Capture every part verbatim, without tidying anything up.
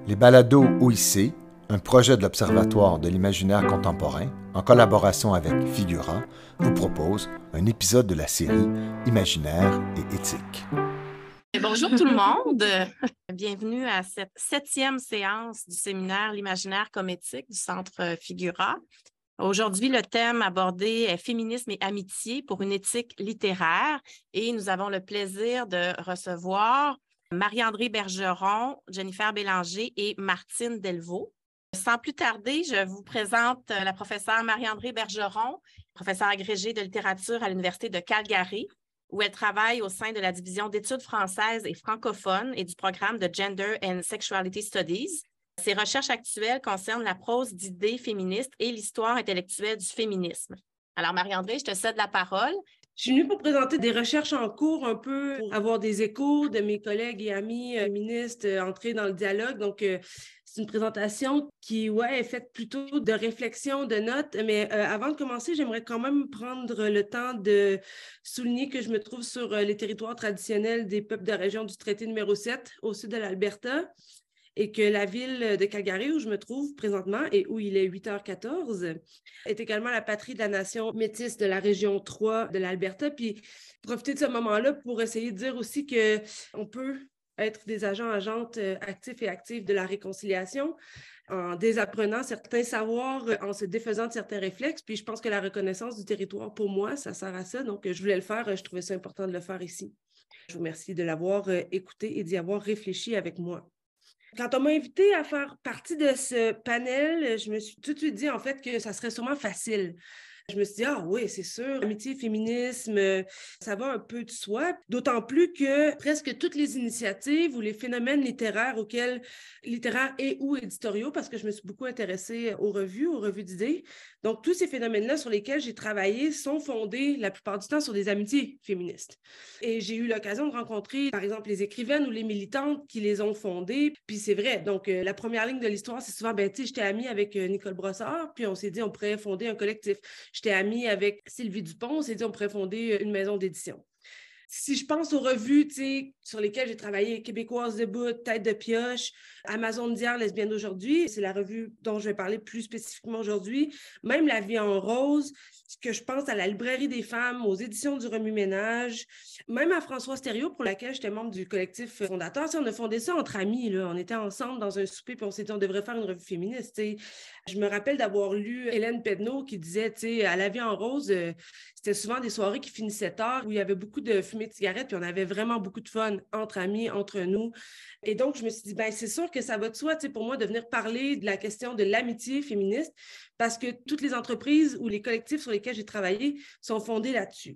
Les balados O I C, un projet de l'Observatoire de l'imaginaire contemporain, en collaboration avec Figura, vous propose un épisode de la série Imaginaire et éthique. Bonjour tout le monde. Bienvenue à cette septième séance du séminaire L'imaginaire comme éthique du Centre Figura. Aujourd'hui, le thème abordé est Féminisme et amitié pour une éthique littéraire et nous avons le plaisir de recevoir Marie-Andrée Bergeron, Jennifer Bélanger et Martine Delvaux. Sans plus tarder, je vous présente la professeure Marie-Andrée Bergeron, professeure agrégée de littérature à l'Université de Calgary, où elle travaille au sein de la division d'études françaises et francophones et du programme de Gender and Sexuality Studies. Ses recherches actuelles concernent la prose d'idées féministes et l'histoire intellectuelle du féminisme. Alors, Marie-Andrée, je te cède la parole. Je suis venue pour présenter des recherches en cours un peu, pour avoir des échos de mes collègues et amis féministes, euh, entrer dans le dialogue. Donc, euh, c'est une présentation qui ouais, est faite plutôt de réflexion, de notes. Mais euh, avant de commencer, j'aimerais quand même prendre le temps de souligner que je me trouve sur euh, les territoires traditionnels des peuples de la région du traité numéro sept, au sud de l'Alberta, et que la ville de Calgary, où je me trouve présentement et où il est huit heures quatorze, est également la patrie de la nation métisse de la région trois de l'Alberta. Puis profiter de ce moment-là pour essayer de dire aussi qu'on peut être des agents, agentes actifs et actifs de la réconciliation en désapprenant certains savoirs, en se défaisant de certains réflexes. Puis je pense que la reconnaissance du territoire, pour moi, ça sert à ça. Donc, je voulais le faire. Je trouvais ça important de le faire ici. Je vous remercie de l'avoir écouté et d'y avoir réfléchi avec moi. Quand on m'a invité à faire partie de ce panel, je me suis tout de suite dit en fait que ça serait sûrement facile. Je me suis dit, ah oui, c'est sûr, amitié, féminisme, ça va un peu de soi. D'autant plus que presque toutes les initiatives ou les phénomènes littéraires auxquels, littéraires et ou éditoriaux, parce que je me suis beaucoup intéressée aux revues, aux revues d'idées. Donc, tous ces phénomènes-là sur lesquels j'ai travaillé sont fondés la plupart du temps sur des amitiés féministes. Et j'ai eu l'occasion de rencontrer, par exemple, les écrivaines ou les militantes qui les ont fondées. Puis c'est vrai, donc euh, la première ligne de l'histoire, c'est souvent, ben tu sais, j'étais amie avec euh, Nicole Brossard, puis on s'est dit, on pourrait fonder un collectif. J'étais amie avec Sylvie Dupont, on s'est dit on pourrait fonder une maison d'édition. Si je pense aux revues sur lesquelles j'ai travaillé, Québécoise debout, Tête de pioche, Amazon d'hier, Lesbienne d'aujourd'hui, c'est la revue dont je vais parler plus spécifiquement aujourd'hui, même La vie en rose, que je pense à la Librairie des femmes, aux éditions du Remue-Ménage, même à Françoise Thériault, pour laquelle j'étais membre du collectif fondateur. On a fondé ça entre amis, là. On était ensemble dans un souper, puis on s'est dit on devrait faire une revue féministe. T'sais. Je me rappelle d'avoir lu Hélène Pedneau qui disait, à La vie en rose, euh, c'était souvent des soirées qui finissaient tard, où il y avait beaucoup de fumée de cigarettes, puis on avait vraiment beaucoup de fun entre amis, entre nous. Et donc, je me suis dit, ben c'est sûr que ça va de soi, pour moi, de venir parler de la question de l'amitié féministe, parce que toutes les entreprises ou les collectifs sur lesquels j'ai travaillé sont fondés là-dessus.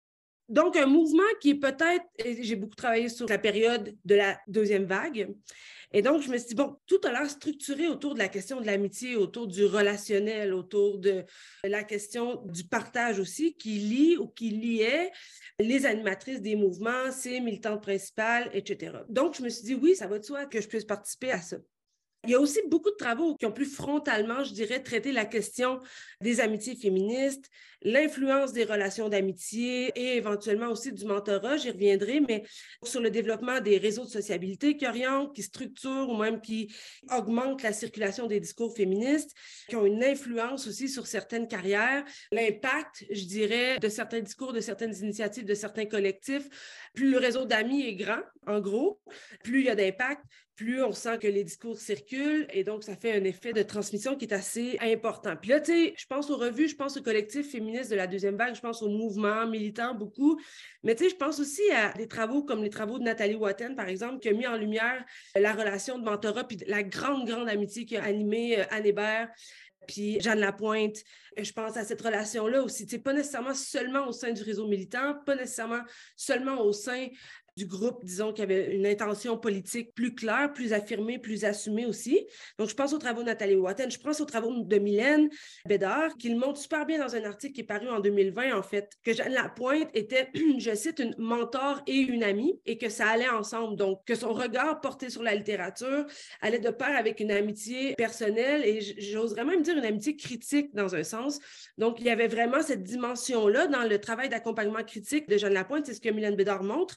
Donc, un mouvement qui est peut-être, et j'ai beaucoup travaillé sur la période de la deuxième vague, et donc je me suis dit, bon, tout a l'air structuré autour de la question de l'amitié, autour du relationnel, autour de la question du partage aussi, qui lie ou qui liait les animatrices des mouvements, ces militantes principales, et cetera. Donc, je me suis dit, oui, ça va de soi que je puisse participer à ça. Il y a aussi beaucoup de travaux qui ont plus frontalement, je dirais, traité la question des amitiés féministes, l'influence des relations d'amitié et éventuellement aussi du mentorat, j'y reviendrai, mais sur le développement des réseaux de sociabilité qui orientent, qui structurent ou même qui augmentent la circulation des discours féministes, qui ont une influence aussi sur certaines carrières, l'impact, je dirais, de certains discours, de certaines initiatives, de certains collectifs. Plus le réseau d'amis est grand, en gros, plus il y a d'impact, plus on sent que les discours circulent et donc ça fait un effet de transmission qui est assez important. Puis là, tu sais, je pense aux revues, je pense aux collectifs féministes de la deuxième vague, je pense aux mouvements militants beaucoup, mais tu sais, je pense aussi à des travaux comme les travaux de Nathalie Watten, par exemple, qui a mis en lumière la relation de mentorat puis la grande, grande amitié qui a animé Anne Hébert puis Jeanne Lapointe. Je pense à cette relation-là aussi, tu sais, pas nécessairement seulement au sein du réseau militant, pas nécessairement seulement au sein du groupe, disons, qui avait une intention politique plus claire, plus affirmée, plus assumée aussi. Donc, je pense aux travaux de Nathalie Watten, je pense aux travaux de Mylène Bédard, qui le montre super bien dans un article qui est paru en deux mille vingt, en fait, que Jeanne Lapointe était, je cite, une mentor et une amie, et que ça allait ensemble. Donc, que son regard porté sur la littérature allait de pair avec une amitié personnelle, et j'oserais même dire une amitié critique dans un sens. Donc, il y avait vraiment cette dimension-là dans le travail d'accompagnement critique de Jeanne Lapointe, c'est ce que Mylène Bédard montre.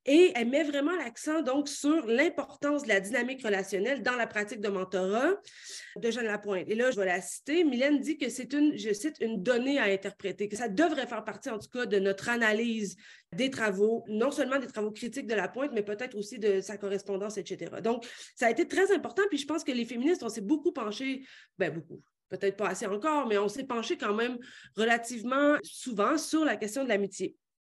Et elle met vraiment l'accent donc sur l'importance de la dynamique relationnelle dans la pratique de mentorat de Jeanne Lapointe. Et là, je vais la citer. Mylène dit que c'est une, je cite, une donnée à interpréter, que ça devrait faire partie en tout cas de notre analyse des travaux, non seulement des travaux critiques de Lapointe, mais peut-être aussi de sa correspondance, et cetera. Donc, ça a été très important. Puis je pense que les féministes, on s'est beaucoup penché, ben beaucoup, peut-être pas assez encore, mais on s'est penché quand même relativement souvent sur la question de l'amitié.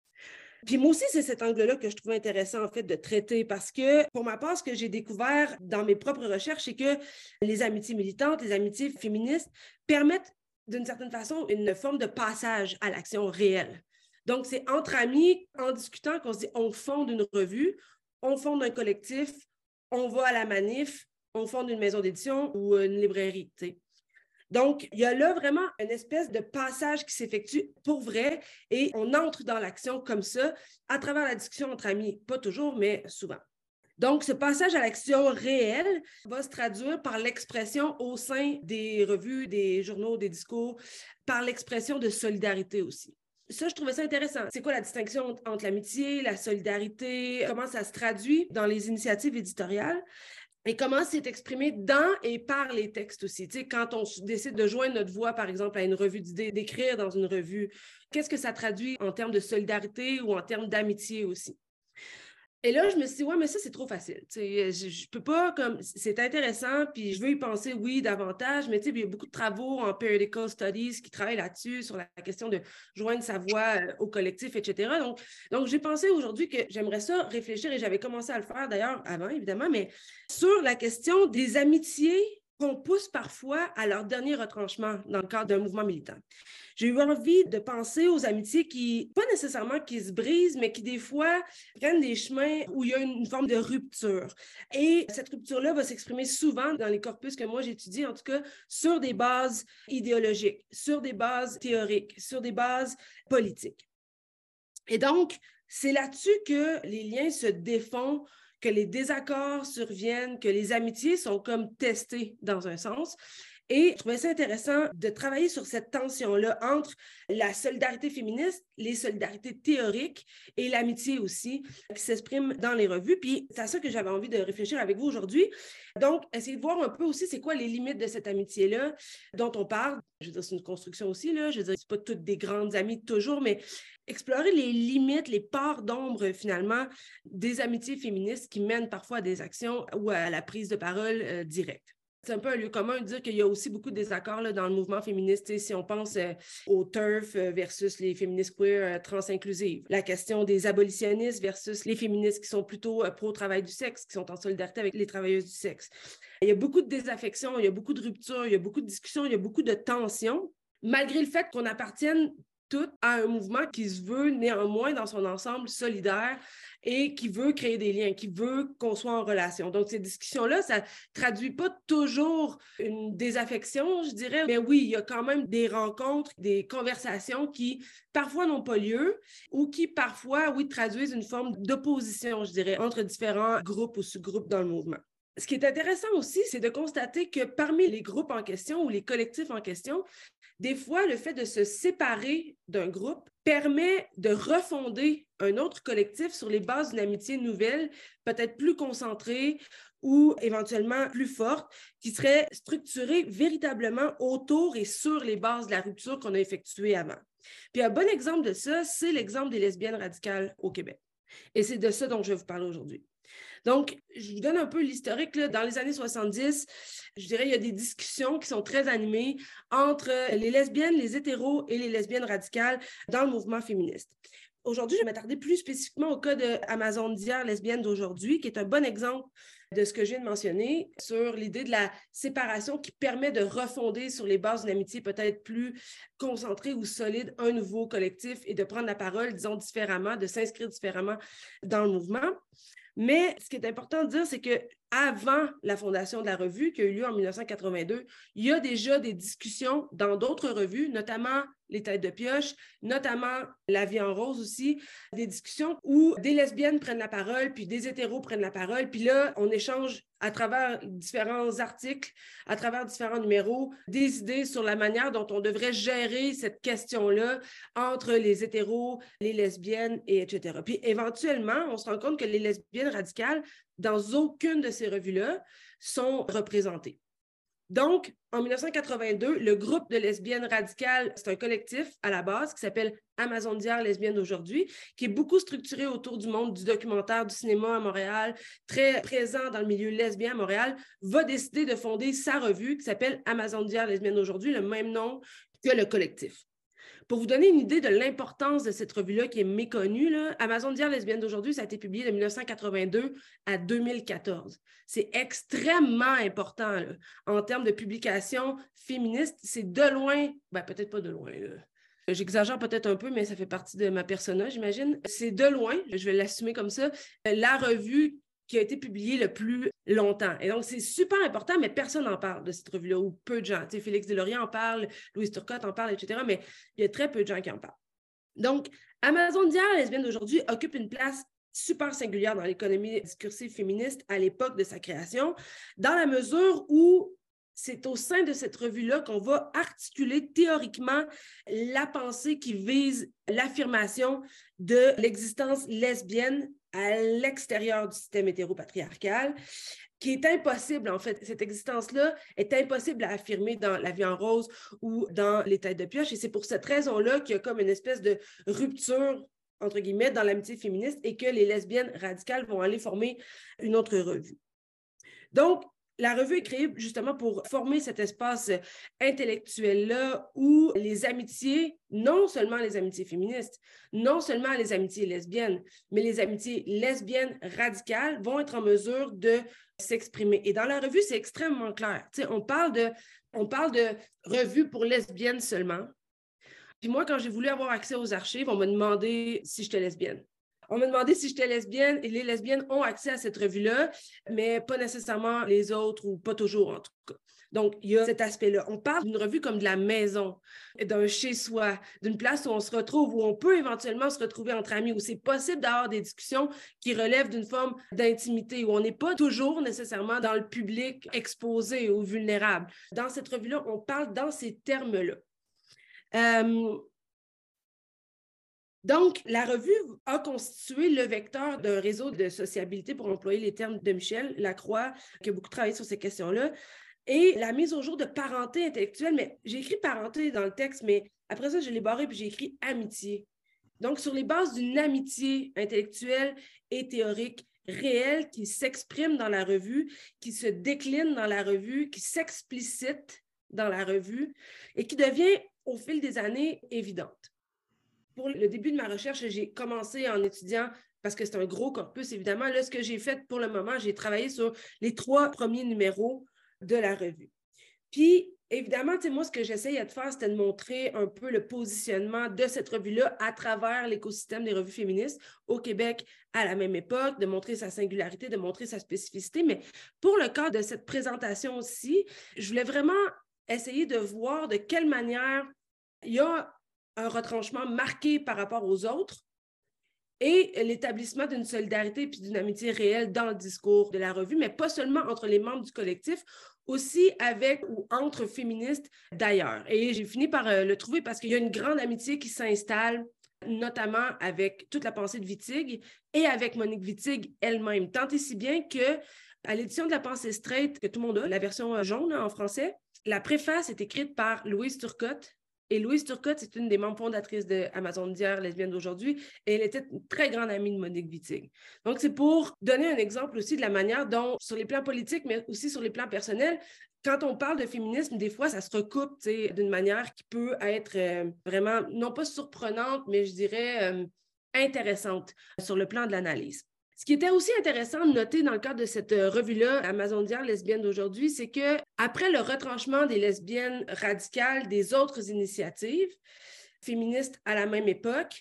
Puis moi aussi, c'est cet angle-là que je trouve intéressant, en fait, de traiter parce que, pour ma part, ce que j'ai découvert dans mes propres recherches, c'est que les amitiés militantes, les amitiés féministes permettent, d'une certaine façon, une forme de passage à l'action réelle. Donc, c'est entre amis, en discutant, qu'on se dit, on fonde une revue, on fonde un collectif, on va à la manif, on fonde une maison d'édition ou une librairie, tu sais. Donc, il y a là vraiment une espèce de passage qui s'effectue pour vrai et on entre dans l'action comme ça à travers la discussion entre amis. Pas toujours, mais souvent. Donc, ce passage à l'action réelle va se traduire par l'expression au sein des revues, des journaux, des discours, par l'expression de solidarité aussi. Ça, je trouvais ça intéressant. C'est quoi la distinction entre l'amitié, la solidarité, comment ça se traduit dans les initiatives éditoriales? Et comment c'est exprimé dans et par les textes aussi. Tu sais, quand on décide de joindre notre voix, par exemple, à une revue d'idées, d'écrire dans une revue, qu'est-ce que ça traduit en termes de solidarité ou en termes d'amitié aussi? Et là, je me suis dit, ouais, mais ça, c'est trop facile. Tu sais, je, je peux pas, comme, c'est intéressant, puis je veux y penser, oui, davantage, mais tu sais, il y a beaucoup de travaux en periodical studies qui travaillent là-dessus, sur la question de joindre sa voix au collectif, et cetera. Donc, donc j'ai pensé aujourd'hui que j'aimerais ça réfléchir, et j'avais commencé à le faire d'ailleurs avant, évidemment, mais sur la question des amitiés qu'on pousse parfois à leur dernier retranchement dans le cadre d'un mouvement militant. J'ai eu envie de penser aux amitiés qui, pas nécessairement qui se brisent, mais qui des fois prennent des chemins où il y a une forme de rupture. Et cette rupture-là va s'exprimer souvent dans les corpus que moi j'étudie, en tout cas, sur des bases idéologiques, sur des bases théoriques, sur des bases politiques. Et donc, c'est là-dessus que les liens se défont, que les désaccords surviennent, que les amitiés sont comme testées dans un sens. Et je trouvais ça intéressant de travailler sur cette tension-là entre la solidarité féministe, les solidarités théoriques et l'amitié aussi, qui s'expriment dans les revues. Puis c'est à ça que j'avais envie de réfléchir avec vous aujourd'hui. Donc, essayer de voir un peu aussi c'est quoi les limites de cette amitié-là dont on parle. Je veux dire, c'est une construction aussi, là. Je veux dire, c'est pas toutes des grandes amies toujours, mais explorer les limites, les parts d'ombre, finalement, des amitiés féministes qui mènent parfois à des actions ou à la prise de parole euh, directe. C'est un peu un lieu commun de dire qu'il y a aussi beaucoup de désaccords là, dans le mouvement féministe. Et si on pense euh, au T E R F versus les féministes queer euh, trans-inclusives, la question des abolitionnistes versus les féministes qui sont plutôt euh, pro-travail du sexe, qui sont en solidarité avec les travailleuses du sexe. Il y a beaucoup de désaffection, il y a beaucoup de ruptures, il y a beaucoup de discussions, il y a beaucoup de tensions, malgré le fait qu'on appartienne toutes à un mouvement qui se veut néanmoins dans son ensemble solidaire et qui veut créer des liens, qui veut qu'on soit en relation. Donc, ces discussions-là, ça ne traduit pas toujours une désaffection, je dirais, mais oui, il y a quand même des rencontres, des conversations qui parfois n'ont pas lieu ou qui parfois, oui, traduisent une forme d'opposition, je dirais, entre différents groupes ou sous-groupes dans le mouvement. Ce qui est intéressant aussi, c'est de constater que parmi les groupes en question ou les collectifs en question, des fois, le fait de se séparer d'un groupe permet de refonder un autre collectif sur les bases d'une amitié nouvelle, peut-être plus concentrée ou éventuellement plus forte, qui serait structurée véritablement autour et sur les bases de la rupture qu'on a effectuée avant. Puis un bon exemple de ça, c'est l'exemple des lesbiennes radicales au Québec. Et c'est de ça dont je vais vous parler aujourd'hui. Donc, je vous donne un peu l'historique. Là. Dans les années soixante-dix, je dirais, il y a des discussions qui sont très animées entre les lesbiennes, les hétéros et les lesbiennes radicales dans le mouvement féministe. Aujourd'hui, je vais m'attarder plus spécifiquement au cas d'Amazon d'hier, lesbienne d'aujourd'hui, qui est un bon exemple de ce que je viens de mentionner sur l'idée de la séparation qui permet de refonder sur les bases d'une amitié peut-être plus concentrée ou solide un nouveau collectif et de prendre la parole, disons, différemment, de s'inscrire différemment dans le mouvement. Mais ce qui est important de dire, c'est qu'avant la fondation de la revue, qui a eu lieu en mille neuf cent quatre-vingt-deux, il y a déjà des discussions dans d'autres revues, notamment les têtes de pioche, notamment La vie en rose aussi, des discussions où des lesbiennes prennent la parole, puis des hétéros prennent la parole, puis là, on échange à travers différents articles, à travers différents numéros, des idées sur la manière dont on devrait gérer cette question-là entre les hétéros, les lesbiennes, et et cetera. Puis éventuellement, on se rend compte que les lesbiennes radicales, dans aucune de ces revues-là, sont représentées. Donc, en mille neuf cent quatre-vingt-deux, le groupe de lesbiennes radicales, c'est un collectif à la base qui s'appelle Amazondières lesbiennes d'aujourd'hui, qui est beaucoup structuré autour du monde du documentaire, du cinéma à Montréal, très présent dans le milieu lesbien à Montréal, va décider de fonder sa revue qui s'appelle Amazondières lesbiennes d'aujourd'hui, le même nom que le collectif. Pour vous donner une idée de l'importance de cette revue-là qui est méconnue, là, Amazondières lesbiennes d'aujourd'hui, ça a été publié de mille neuf cent quatre-vingt-deux à deux mille quatorze. C'est extrêmement important là. En termes de publication féministe. C'est de loin, ben, peut-être pas de loin, là. J'exagère peut-être un peu, mais ça fait partie de ma persona, j'imagine. C'est de loin, je vais l'assumer comme ça, la revue qui a été publiée le plus longtemps. Et donc, c'est super important, mais personne n'en parle de cette revue-là, ou peu de gens. Tu sais, Félix Deslauriers en parle, Louise Turcotte en parle, et cetera, mais il y a très peu de gens qui en parlent. Donc, Amazondières lesbiennes d'aujourd'hui occupe une place super singulière dans l'économie discursive féministe à l'époque de sa création, dans la mesure où c'est au sein de cette revue-là qu'on va articuler théoriquement la pensée qui vise l'affirmation de l'existence lesbienne à l'extérieur du système hétéropatriarcal, qui est impossible, en fait. Cette existence-là est impossible à affirmer dans La vie en rose ou dans Les têtes de pioche. Et c'est pour cette raison-là qu'il y a comme une espèce de rupture, entre guillemets, dans l'amitié féministe et que les lesbiennes radicales vont aller former une autre revue. Donc, la revue est créée justement pour former cet espace intellectuel-là où les amitiés, non seulement les amitiés féministes, non seulement les amitiés lesbiennes, mais les amitiés lesbiennes radicales vont être en mesure de s'exprimer. Et dans la revue, c'est extrêmement clair. Tu sais, on parle de, on parle de revue pour lesbiennes seulement. Puis moi, quand j'ai voulu avoir accès aux archives, on m'a demandé si j'étais lesbienne. On m'a demandé si j'étais lesbienne et les lesbiennes ont accès à cette revue-là, mais pas nécessairement les autres ou pas toujours en tout cas. Donc, il y a cet aspect-là. On parle d'une revue comme de la maison, d'un chez-soi, d'une place où on se retrouve, où on peut éventuellement se retrouver entre amis, où c'est possible d'avoir des discussions qui relèvent d'une forme d'intimité, où on n'est pas toujours nécessairement dans le public exposé ou vulnérable. Dans cette revue-là, on parle dans ces termes-là. Euh, Donc, la revue a constitué le vecteur d'un réseau de sociabilité, pour employer les termes de Michel Lacroix, qui a beaucoup travaillé sur ces questions-là, et la mise au jour de parenté intellectuelle. Mais j'ai écrit parenté dans le texte, mais après ça, je l'ai barré puis j'ai écrit amitié. Donc, sur les bases d'une amitié intellectuelle et théorique réelle qui s'exprime dans la revue, qui se décline dans la revue, qui s'explicite dans la revue et qui devient, au fil des années, évidente. Pour le début de ma recherche, j'ai commencé en étudiant, parce que c'est un gros corpus, évidemment. Là, ce que j'ai fait pour le moment, j'ai travaillé sur les trois premiers numéros de la revue. Puis, évidemment, tu sais, moi, ce que j'essayais de faire, c'était de montrer un peu le positionnement de cette revue-là à travers l'écosystème des revues féministes au Québec à la même époque, de montrer sa singularité, de montrer sa spécificité. Mais pour le cas de cette présentation aussi, je voulais vraiment essayer de voir de quelle manière il y a un retranchement marqué par rapport aux autres et l'établissement d'une solidarité puis d'une amitié réelle dans le discours de la revue, mais pas seulement entre les membres du collectif, aussi avec ou entre féministes d'ailleurs. Et j'ai fini par euh, le trouver parce qu'il y a une grande amitié qui s'installe, notamment avec toute la pensée de Wittig et avec Monique Wittig elle-même, tant et si bien que à l'édition de la pensée straight, que tout le monde a, la version jaune en français, la préface est écrite par Louise Turcotte. Et Louise Turcotte, c'est une des membres fondatrices de Amazondières lesbiennes d'aujourd'hui et elle était une très grande amie de Monique Wittig. Donc, c'est pour donner un exemple aussi de la manière dont, sur les plans politiques, mais aussi sur les plans personnels, quand on parle de féminisme, des fois, ça se recoupe d'une manière qui peut être euh, vraiment, non pas surprenante, mais je dirais euh, intéressante sur le plan de l'analyse. Ce qui était aussi intéressant de noter dans le cadre de cette revue-là, Amazondières lesbiennes d'aujourd'hui, c'est qu'après le retranchement des lesbiennes radicales des autres initiatives féministes à la même époque,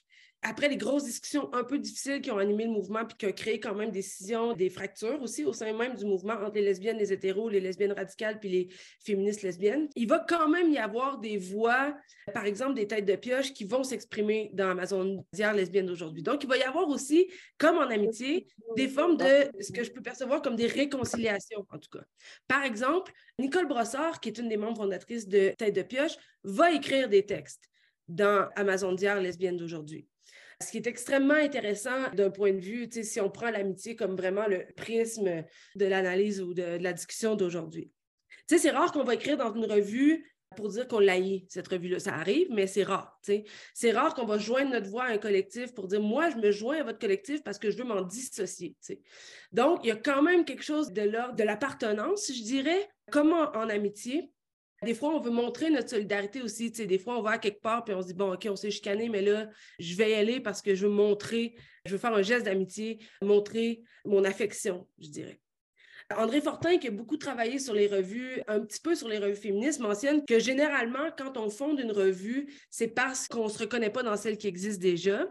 après les grosses discussions un peu difficiles qui ont animé le mouvement puis qui ont créé quand même des scissions, des fractures aussi au sein même du mouvement entre les lesbiennes, les hétéros, les lesbiennes radicales puis les féministes lesbiennes, il va quand même y avoir des voix, par exemple des têtes de pioche qui vont s'exprimer dans Amazondière lesbienne d'aujourd'hui. Donc, il va y avoir aussi, comme en amitié, des formes de ce que je peux percevoir comme des réconciliations, en tout cas. Par exemple, Nicole Brossard, qui est une des membres fondatrices de Tête de pioche, va écrire des textes dans Amazondière lesbienne d'aujourd'hui. Ce qui est extrêmement intéressant d'un point de vue, si on prend l'amitié comme vraiment le prisme de l'analyse ou de, de la discussion d'aujourd'hui. C'est rare qu'on va écrire dans une revue pour dire qu'on l'haït, cette revue-là. Ça arrive, mais c'est rare. C'est rare qu'on va joindre notre voix à un collectif pour dire « moi, je me joins à votre collectif parce que je veux m'en dissocier ». Donc, il y a quand même quelque chose de l'ordre de l'appartenance, je dirais, comme en, en amitié. Des fois, on veut montrer notre solidarité aussi. Tu sais, des fois, on va à quelque part puis on se dit, bon, OK, on s'est chicané, mais là, je vais y aller parce que je veux montrer, je veux faire un geste d'amitié, montrer mon affection, je dirais. André Fortin, qui a beaucoup travaillé sur les revues, un petit peu sur les revues féministes, mentionne que généralement, quand on fonde une revue, c'est parce qu'on ne se reconnaît pas dans celle qui existe déjà.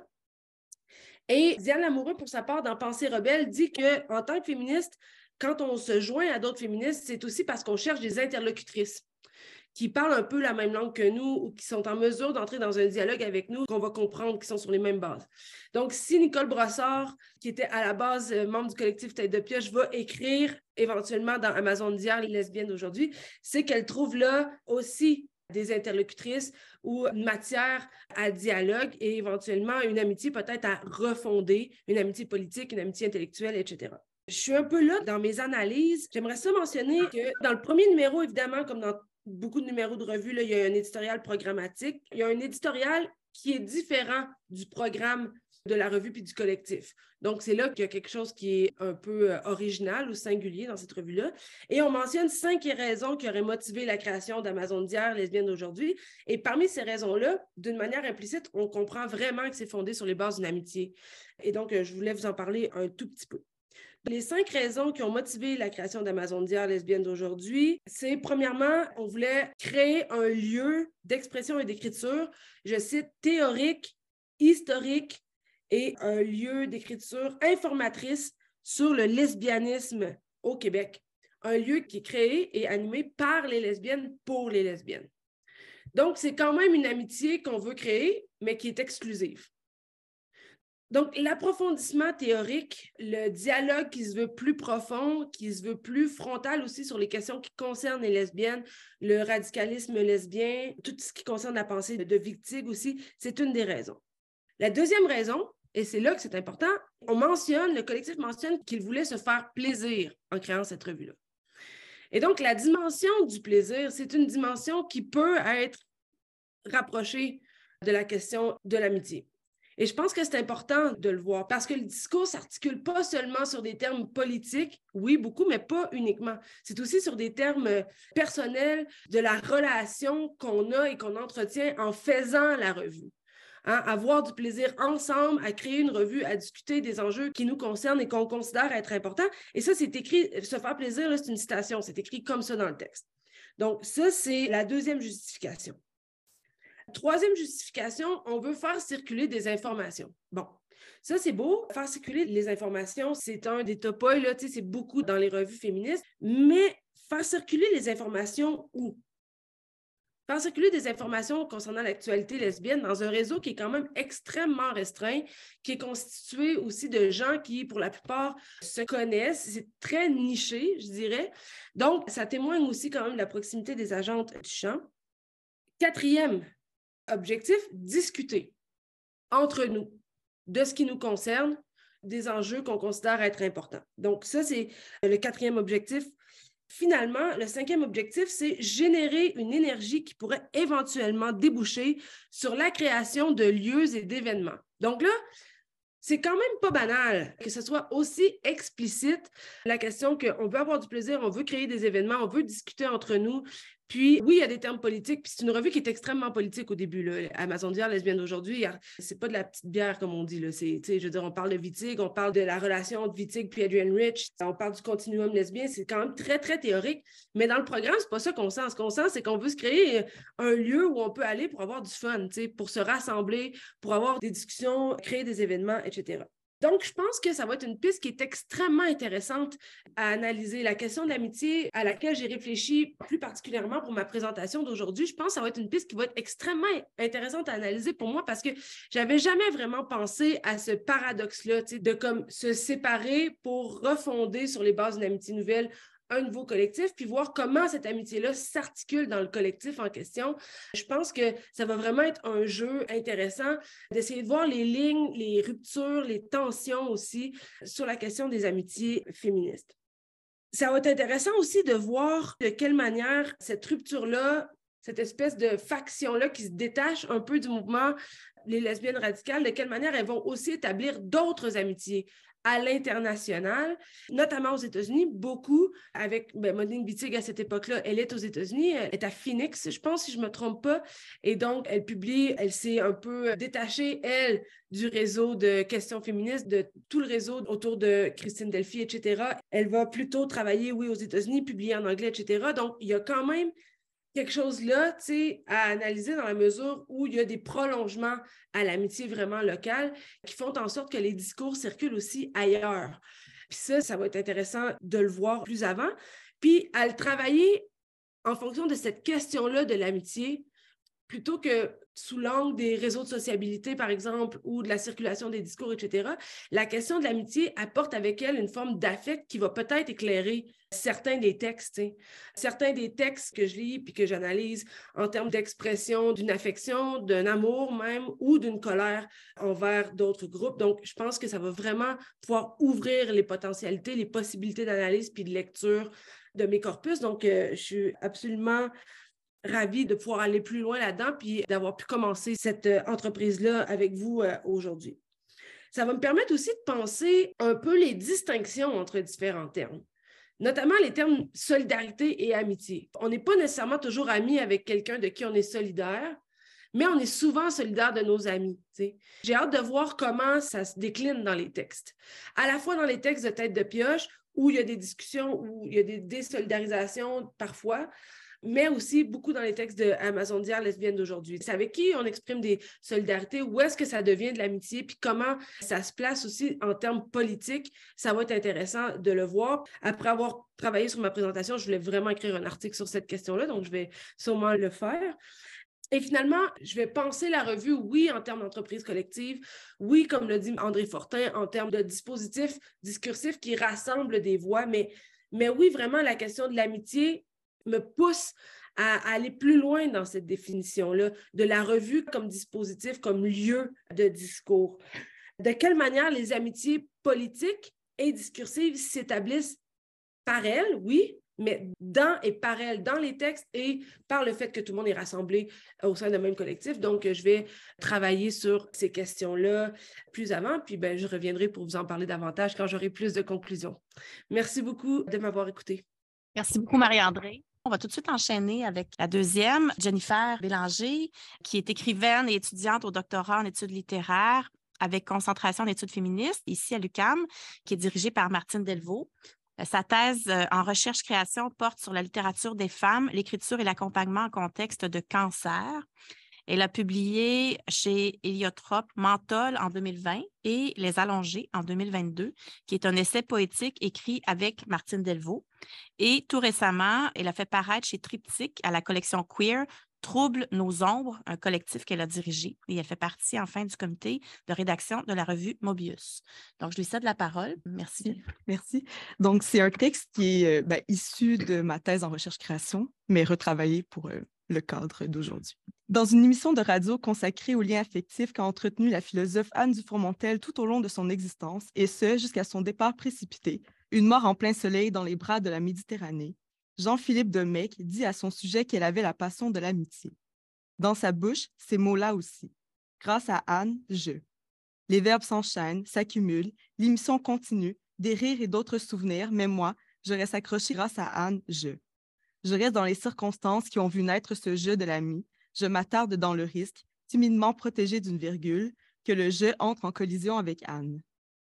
Et Diane Lamoureux, pour sa part, dans Pensée rebelle, dit qu'en tant que féministe, quand on se joint à d'autres féministes, c'est aussi parce qu'on cherche des interlocutrices qui parlent un peu la même langue que nous ou qui sont en mesure d'entrer dans un dialogue avec nous, qu'on va comprendre, qui sont sur les mêmes bases. Donc, si Nicole Brossard, qui était à la base euh, membre du collectif Tête de pioche, va écrire éventuellement dans Amazondière les lesbiennes d'aujourd'hui, c'est qu'elle trouve là aussi des interlocutrices ou une matière à dialogue et éventuellement une amitié peut-être à refonder, une amitié politique, une amitié intellectuelle, et cetera. Je suis un peu là dans mes analyses. J'aimerais ça mentionner que dans le premier numéro, évidemment, comme dans beaucoup de numéros de revue, là, il y a un éditorial programmatique. Il y a un éditorial qui est différent du programme de la revue puis du collectif. Donc, c'est là qu'il y a quelque chose qui est un peu euh, original ou singulier dans cette revue-là. Et on mentionne cinq raisons qui auraient motivé la création d'Amazondière lesbienne d'aujourd'hui. Et parmi ces raisons-là, d'une manière implicite, on comprend vraiment que c'est fondé sur les bases d'une amitié. Et donc, euh, je voulais vous en parler un tout petit peu. Les cinq raisons qui ont motivé la création d'Amazondière lesbienne d'aujourd'hui, c'est premièrement, on voulait créer un lieu d'expression et d'écriture, je cite, théorique, historique et un lieu d'écriture informatrice sur le lesbianisme au Québec. Un lieu qui est créé et animé par les lesbiennes pour les lesbiennes. Donc, c'est quand même une amitié qu'on veut créer, mais qui est exclusive. Donc, l'approfondissement théorique, le dialogue qui se veut plus profond, qui se veut plus frontal aussi sur les questions qui concernent les lesbiennes, le radicalisme lesbien, tout ce qui concerne la pensée de Wigzig aussi, c'est une des raisons. La deuxième raison, et c'est là que c'est important, on mentionne, le collectif mentionne qu'il voulait se faire plaisir en créant cette revue-là. Et donc, la dimension du plaisir, c'est une dimension qui peut être rapprochée de la question de l'amitié. Et je pense que c'est important de le voir parce que le discours ne s'articule pas seulement sur des termes politiques, oui, beaucoup, mais pas uniquement. C'est aussi sur des termes personnels de la relation qu'on a et qu'on entretient en faisant la revue. Hein, avoir du plaisir ensemble à créer une revue, à discuter des enjeux qui nous concernent et qu'on considère être importants. Et ça, c'est écrit, se faire plaisir, là, c'est une citation, c'est écrit comme ça dans le texte. Donc, ça, c'est la deuxième justification. Troisième justification, on veut faire circuler des informations. Bon, ça, c'est beau. Faire circuler les informations, c'est un des topoi, là, tu sais, c'est beaucoup dans les revues féministes, mais faire circuler les informations où? Faire circuler des informations concernant l'actualité lesbienne dans un réseau qui est quand même extrêmement restreint, qui est constitué aussi de gens qui, pour la plupart, se connaissent. C'est très niché, je dirais. Donc, ça témoigne aussi quand même de la proximité des agentes du champ. Quatrième objectif, discuter entre nous de ce qui nous concerne, des enjeux qu'on considère être importants. Donc, ça, c'est le quatrième objectif. Finalement, le cinquième objectif, c'est générer une énergie qui pourrait éventuellement déboucher sur la création de lieux et d'événements. Donc là, c'est quand même pas banal que ce soit aussi explicite la question qu'on veut avoir du plaisir, on veut créer des événements, on veut discuter entre nous, Puis, oui, il y a des termes politiques, puis c'est une revue qui est extrêmement politique au début, là. Amazondière, lesbienne d'aujourd'hui, c'est pas de la petite bière, comme on dit, là. C'est, tu sais, je veux dire, on parle de Wittig, on parle de la relation entre Wittig puis Adrienne Rich, on parle du continuum lesbien, c'est quand même très, très théorique. Mais dans le programme, c'est pas ça qu'on sent. Ce qu'on sent, c'est qu'on veut se créer un lieu où on peut aller pour avoir du fun, tu sais, pour se rassembler, pour avoir des discussions, créer des événements, et cetera. Donc, je pense que ça va être une piste qui est extrêmement intéressante à analyser. La question de l'amitié à laquelle j'ai réfléchi plus particulièrement pour ma présentation d'aujourd'hui, je pense que ça va être une piste qui va être extrêmement intéressante à analyser pour moi parce que j'avais jamais vraiment pensé à ce paradoxe-là, tu sais, de comme se séparer pour refonder sur les bases d'une amitié nouvelle un nouveau collectif, puis voir comment cette amitié-là s'articule dans le collectif en question. Je pense que ça va vraiment être un jeu intéressant d'essayer de voir les lignes, les ruptures, les tensions aussi sur la question des amitiés féministes. Ça va être intéressant aussi de voir de quelle manière cette rupture-là, cette espèce de faction-là qui se détache un peu du mouvement les lesbiennes radicales, de quelle manière elles vont aussi établir d'autres amitiés à l'international, notamment aux États-Unis, beaucoup avec ben, Monique Wittig à cette époque-là, elle est aux États-Unis, elle est à Phoenix, je pense, si je ne me trompe pas, et donc elle publie, elle s'est un peu détachée, elle, du réseau de questions féministes, de tout le réseau autour de Christine Delphi, et cetera. Elle va plutôt travailler, oui, aux États-Unis, publier en anglais, et cetera. Donc, il y a quand même quelque chose là, tu sais, à analyser dans la mesure où il y a des prolongements à l'amitié vraiment locale qui font en sorte que les discours circulent aussi ailleurs. Puis ça, ça va être intéressant de le voir plus avant. Puis à le travailler en fonction de cette question-là de l'amitié, plutôt que sous l'angle des réseaux de sociabilité, par exemple, ou de la circulation des discours, et cetera, la question de l'amitié apporte avec elle une forme d'affect qui va peut-être éclairer certains des textes. T'sais. Certains des textes que je lis puis que j'analyse en termes d'expression d'une affection, d'un amour même, ou d'une colère envers d'autres groupes. Donc, je pense que ça va vraiment pouvoir ouvrir les potentialités, les possibilités d'analyse puis de lecture de mes corpus. Donc, euh, je suis absolument ravie de pouvoir aller plus loin là-dedans puis d'avoir pu commencer cette euh, entreprise-là avec vous euh, aujourd'hui. Ça va me permettre aussi de penser un peu les distinctions entre différents termes, notamment les termes solidarité et amitié. On n'est pas nécessairement toujours amis avec quelqu'un de qui on est solidaire, mais on est souvent solidaire de nos amis. T'sais. J'ai hâte de voir comment ça se décline dans les textes. À la fois dans les textes de Tête de Pioche, où il y a des discussions, où il y a des désolidarisations parfois, mais aussi beaucoup dans les textes de Amazondière lesbienne d'aujourd'hui. C'est avec qui on exprime des solidarités, où est-ce que ça devient de l'amitié, puis comment ça se place aussi en termes politiques. Ça va être intéressant de le voir. Après avoir travaillé sur ma présentation, je voulais vraiment écrire un article sur cette question-là, donc je vais sûrement le faire. Et finalement, je vais penser la revue, oui, en termes d'entreprise collective, oui, comme l'a dit André Fortin, en termes de dispositifs discursifs qui rassemblent des voix, mais, mais oui, vraiment, la question de l'amitié me pousse à, à aller plus loin dans cette définition-là de la revue comme dispositif, comme lieu de discours. De quelle manière les amitiés politiques et discursives s'établissent par elles, oui, mais dans et par elles, dans les textes et par le fait que tout le monde est rassemblé au sein d'un même collectif. Donc, je vais travailler sur ces questions-là plus avant, puis ben, je reviendrai pour vous en parler davantage quand j'aurai plus de conclusions. Merci beaucoup de m'avoir écouté. Merci beaucoup, Marie-André. On va tout de suite enchaîner avec la deuxième, Jennifer Bélanger, qui est écrivaine et étudiante au doctorat en études littéraires avec concentration en études féministes, ici à l'U Q A M, qui est dirigée par Martine Delvaux. Sa thèse en recherche-création porte sur la littérature des femmes, l'écriture et l'accompagnement en contexte de cancer. Elle a publié chez Héliotrope Menthol en deux mille vingt et Les Allongés en deux mille vingt-deux, qui est un essai poétique écrit avec Martine Delvaux. Et tout récemment, elle a fait paraître chez Triptyque à la collection Queer Trouble nos ombres, un collectif qu'elle a dirigé. Et elle fait partie enfin du comité de rédaction de la revue Mobius. Donc, je lui cède la parole. Merci. Merci. Donc, c'est un texte qui est ben, issu de ma thèse en recherche-création, mais retravaillé pour euh, le cadre d'aujourd'hui. Dans une émission de radio consacrée aux liens affectifs qu'a entretenu la philosophe Anne Dufour-Montel tout au long de son existence, et ce, jusqu'à son départ précipité, une mort en plein soleil dans les bras de la Méditerranée, Jean-Philippe Domecq dit à son sujet qu'elle avait la passion de l'amitié. Dans sa bouche, ces mots-là aussi. Grâce à Anne, je. Les verbes s'enchaînent, s'accumulent, l'émission continue, des rires et d'autres souvenirs, mais moi, je reste accrochée grâce à Anne, je. Je reste dans les circonstances qui ont vu naître ce jeu de l'ami. Je m'attarde dans le risque, timidement protégé d'une virgule, que le jeu entre en collision avec Anne.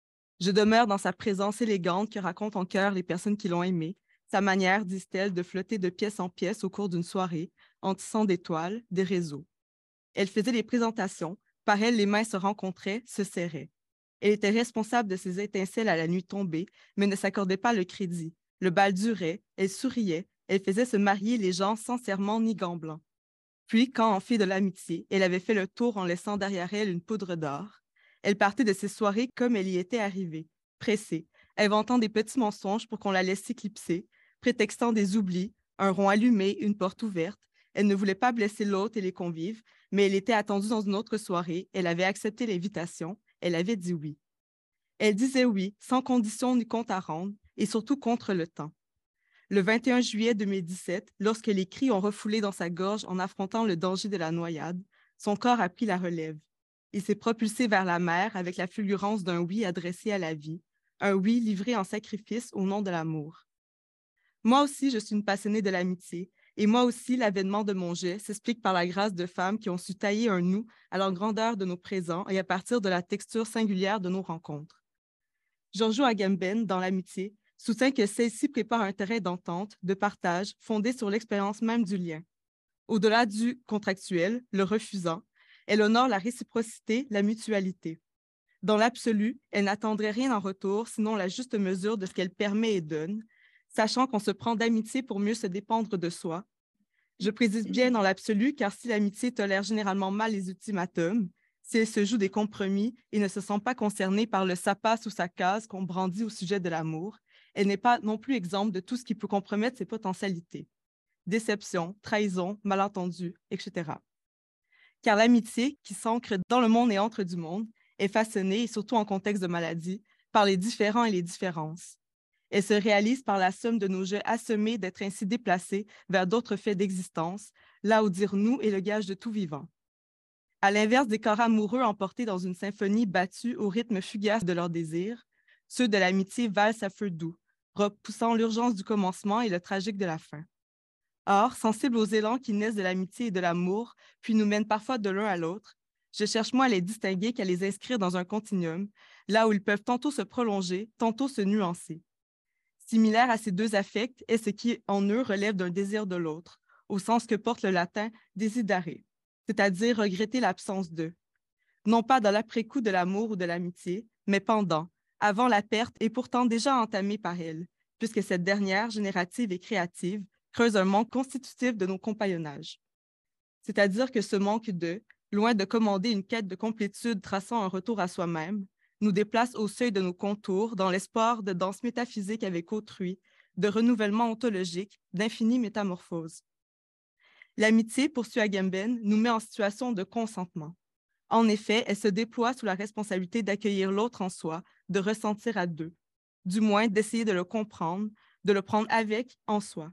Je demeure dans sa présence élégante que racontent en chœur les personnes qui l'ont aimée, sa manière, disent-elles, de flotter de pièce en pièce au cours d'une soirée, en tissant des toiles, des réseaux. Elle faisait les présentations, par elle les mains se rencontraient, se serraient. Elle était responsable de ces étincelles à la nuit tombée, mais ne s'accordait pas le crédit. Le bal durait, elle souriait, elle faisait se marier les gens sans serment ni gants blancs. Puis, quand en fait de l'amitié, elle avait fait le tour en laissant derrière elle une poudre d'or, elle partait de ses soirées comme elle y était arrivée, pressée, inventant des petits mensonges pour qu'on la laisse s'éclipser, prétextant des oublis, un rond allumé, une porte ouverte. Elle ne voulait pas blesser l'hôte et les convives, mais elle était attendue dans une autre soirée, elle avait accepté l'invitation, elle avait dit oui. Elle disait oui, sans condition ni compte à rendre, et surtout contre le temps. Le vingt et un juillet deux mille dix-sept, lorsque les cris ont refoulé dans sa gorge en affrontant le danger de la noyade, son corps a pris la relève. Il s'est propulsé vers la mer avec la fulgurance d'un oui adressé à la vie, un oui livré en sacrifice au nom de l'amour. Moi aussi, je suis une passionnée de l'amitié, et moi aussi, l'avènement de mon jet s'explique par la grâce de femmes qui ont su tailler un nous à la grandeur de nos présents et à partir de la texture singulière de nos rencontres. Giorgio Agamben, dans l'amitié, soutient que celle-ci prépare un terrain d'entente, de partage, fondé sur l'expérience même du lien. Au-delà du contractuel, le refusant, elle honore la réciprocité, la mutualité. Dans l'absolu, elle n'attendrait rien en retour, sinon la juste mesure de ce qu'elle permet et donne, sachant qu'on se prend d'amitié pour mieux se dépendre de soi. Je précise bien dans l'absolu, car si l'amitié tolère généralement mal les ultimatums, si elle se joue des compromis et ne se sent pas concernée par le ça passe ou ça case qu'on brandit au sujet de l'amour, elle n'est pas non plus exempte de tout ce qui peut compromettre ses potentialités. Déception, trahison, malentendu, et cetera. Car l'amitié, qui s'ancre dans le monde et entre du monde, est façonnée, et surtout en contexte de maladie, par les différents et les différences. Elle se réalise par la somme de nos jeux assommés d'être ainsi déplacés vers d'autres faits d'existence, là où dire nous est le gage de tout vivant. À l'inverse des corps amoureux emportés dans une symphonie battue au rythme fugace de leurs désirs, ceux de l'amitié valsent à feu doux, repoussant l'urgence du commencement et le tragique de la fin. Or, sensible aux élans qui naissent de l'amitié et de l'amour, puis nous mènent parfois de l'un à l'autre, je cherche moins à les distinguer qu'à les inscrire dans un continuum, là où ils peuvent tantôt se prolonger, tantôt se nuancer. Similaire à ces deux affects est ce qui, en eux, relève d'un désir de l'autre, au sens que porte le latin « desidere », c'est-à-dire regretter l'absence d'eux. Non pas dans l'après-coup de l'amour ou de l'amitié, mais pendant, avant la perte et pourtant déjà entamée par elle, puisque cette dernière, générative et créative, creuse un manque constitutif de nos compagnonnages. C'est-à-dire que ce manque de, loin de commander une quête de complétude traçant un retour à soi-même, nous déplace au seuil de nos contours dans l'espoir de danse métaphysique avec autrui, de renouvellement ontologique, d'infinie métamorphose. L'amitié, poursuit Agamben, nous met en situation de consentement. En effet, elle se déploie sous la responsabilité d'accueillir l'autre en soi, de ressentir à deux, du moins d'essayer de le comprendre, de le prendre avec, en soi.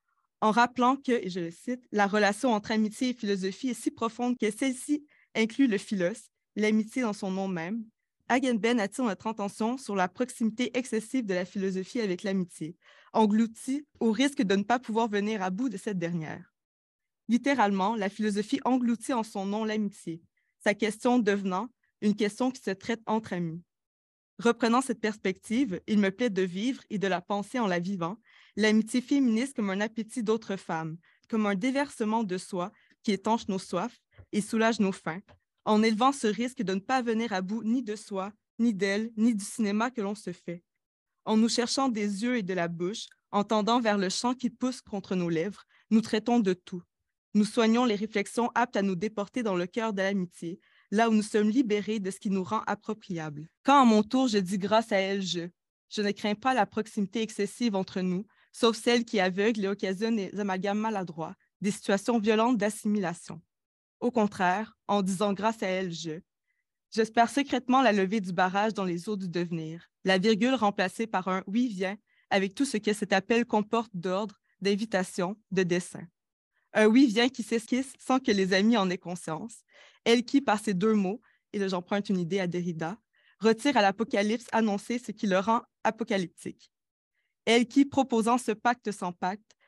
En rappelant que, et je le cite, la relation entre amitié et philosophie est si profonde que celle-ci inclut le philos, l'amitié dans son nom même, Agamben attire notre attention sur la proximité excessive de la philosophie avec l'amitié, engloutie au risque de ne pas pouvoir venir à bout de cette dernière. Littéralement, la philosophie engloutit en son nom l'amitié, sa question devenant une question qui se traite entre amis. Reprenant cette perspective, il me plaît de vivre et de la penser en la vivant, l'amitié féministe comme un appétit d'autres femmes, comme un déversement de soi qui étanche nos soifs et soulage nos faims, en élevant ce risque de ne pas venir à bout ni de soi, ni d'elle, ni du cinéma que l'on se fait. En nous cherchant des yeux et de la bouche, en tendant vers le chant qui pousse contre nos lèvres, nous traitons de tout. Nous soignons les réflexions aptes à nous déporter dans le cœur de l'amitié, là où nous sommes libérés de ce qui nous rend appropriables. Quand à mon tour je dis grâce à elle, je, je ne crains pas la proximité excessive entre nous, sauf celle qui aveugle et occasionne des amalgames maladroits, des situations violentes d'assimilation. Au contraire, en disant grâce à elle, je, j'espère secrètement la levée du barrage dans les eaux du devenir, la virgule remplacée par un « oui, viens » avec tout ce que cet appel comporte d'ordre, d'invitation, de dessein. Un « oui, viens » qui s'esquisse sans que les amis en aient conscience, elle qui, par ces deux mots, et là j'emprunte une idée à Derrida, retire à l'Apocalypse annoncé ce qui le rend apocalyptique. Elle qui, proposant ce pacte sans pacte,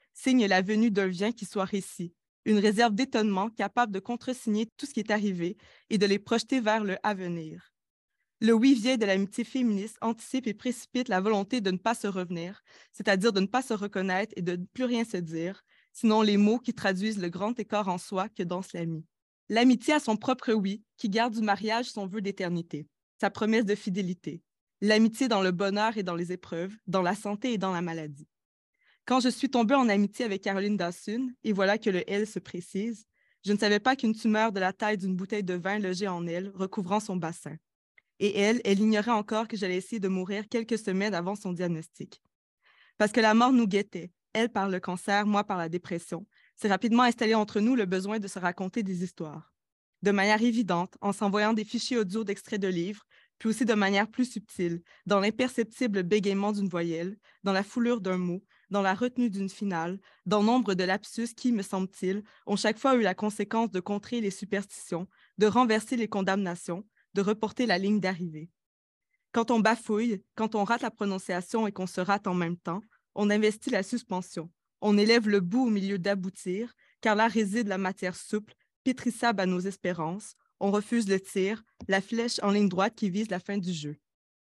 signe la venue d'un bien qui soit récit, une réserve d'étonnement capable de contresigner tout ce qui est arrivé et de les projeter vers le à venir. Le oui vient de l'amitié féministe anticipe et précipite la volonté de ne pas se revenir, c'est-à-dire de ne pas se reconnaître et de ne plus rien se dire, sinon les mots qui traduisent le grand écart en soi que danse l'ami. L'amitié a son propre oui, qui garde du mariage son vœu d'éternité, sa promesse de fidélité. L'amitié dans le bonheur et dans les épreuves, dans la santé et dans la maladie. Quand je suis tombée en amitié avec Caroline Dawson, et voilà que le « elle » se précise, je ne savais pas qu'une tumeur de la taille d'une bouteille de vin logeait en elle, recouvrant son bassin. Et elle, elle ignorait encore que j'allais essayer de mourir quelques semaines avant son diagnostic. Parce que la mort nous guettait, elle par le cancer, moi par la dépression, s'est rapidement installé entre nous le besoin de se raconter des histoires. De manière évidente, en s'envoyant des fichiers audio d'extraits de livres, puis aussi de manière plus subtile, dans l'imperceptible bégaiement d'une voyelle, dans la foulure d'un mot, dans la retenue d'une finale, dans nombre de lapsus qui, me semble-t-il, ont chaque fois eu la conséquence de contrer les superstitions, de renverser les condamnations, de reporter la ligne d'arrivée. Quand on bafouille, quand on rate la prononciation et qu'on se rate en même temps, on investit la suspension. On élève le bout au milieu d'aboutir, car là réside la matière souple, pétrissable à nos espérances. On refuse le tir, la flèche en ligne droite qui vise la fin du jeu.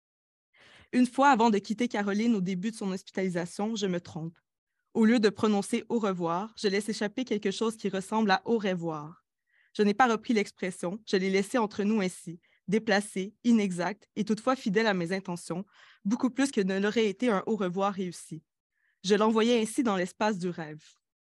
Une fois, avant de quitter Caroline au début de son hospitalisation, je me trompe. Au lieu de prononcer « au revoir », je laisse échapper quelque chose qui ressemble à « au revoir ». Je n'ai pas repris l'expression, je l'ai laissée entre nous ainsi, déplacée, inexacte et toutefois fidèle à mes intentions, beaucoup plus que ne l'aurait été un « au revoir » réussi. Je l'envoyais ainsi dans l'espace du rêve.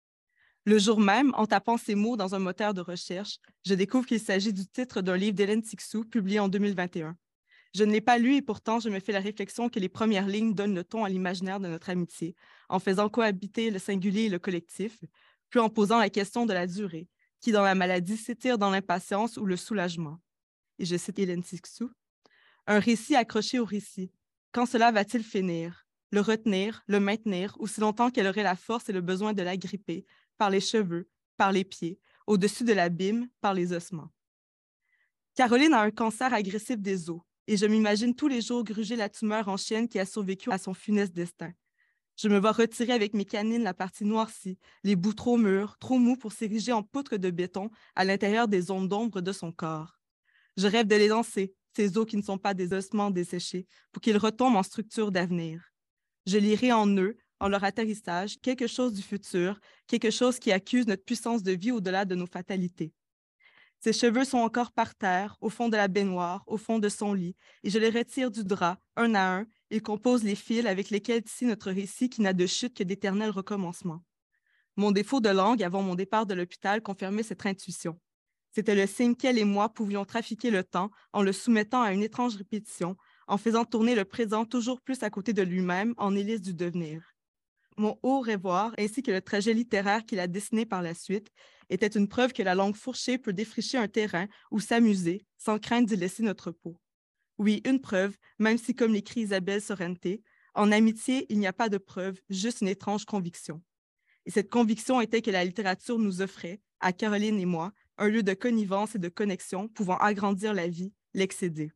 Le jour même, en tapant ces mots dans un moteur de recherche, je découvre qu'il s'agit du titre d'un livre d'Hélène Cixous, publié en deux mille vingt et un. Je ne l'ai pas lu et pourtant, je me fais la réflexion que les premières lignes donnent le ton à l'imaginaire de notre amitié, en faisant cohabiter le singulier et le collectif, puis en posant la question de la durée, qui dans la maladie s'étire dans l'impatience ou le soulagement. Et je cite Hélène Cixous, « Un récit accroché au récit. Quand cela va-t-il finir? Le retenir, le maintenir, aussi longtemps qu'elle aurait la force et le besoin de l'agripper, par les cheveux, par les pieds, au-dessus de l'abîme, par les ossements. » Caroline a un cancer agressif des os, et je m'imagine tous les jours gruger la tumeur en chienne qui a survécu à son funeste destin. Je me vois retirer avec mes canines la partie noircie, les bouts trop mûrs, trop mous pour s'ériger en poutre de béton à l'intérieur des zones d'ombre de son corps. Je rêve de les lancer, ces os qui ne sont pas des ossements desséchés, pour qu'ils retombent en structure d'avenir. Je lirai en eux, en leur atterrissage, quelque chose du futur, quelque chose qui accuse notre puissance de vie au-delà de nos fatalités. Ses cheveux sont encore par terre, au fond de la baignoire, au fond de son lit, et je les retire du drap, un à un. Ils composent les fils avec lesquels tisse notre récit qui n'a de chute que d'éternel recommencement. Mon défaut de langue avant mon départ de l'hôpital confirmait cette intuition. C'était le signe qu'elle et moi pouvions trafiquer le temps en le soumettant à une étrange répétition, en faisant tourner le présent toujours plus à côté de lui-même en hélice du devenir. Mon « au revoir » ainsi que le trajet littéraire qu'il a dessiné par la suite était une preuve que la langue fourchée peut défricher un terrain ou s'amuser sans crainte d'y laisser notre peau. Oui, une preuve, même si, comme l'écrit Isabelle Sorrente, en amitié, il n'y a pas de preuve, juste une étrange conviction. Et cette conviction était que la littérature nous offrait, à Caroline et moi, un lieu de connivence et de connexion pouvant agrandir la vie, l'excéder.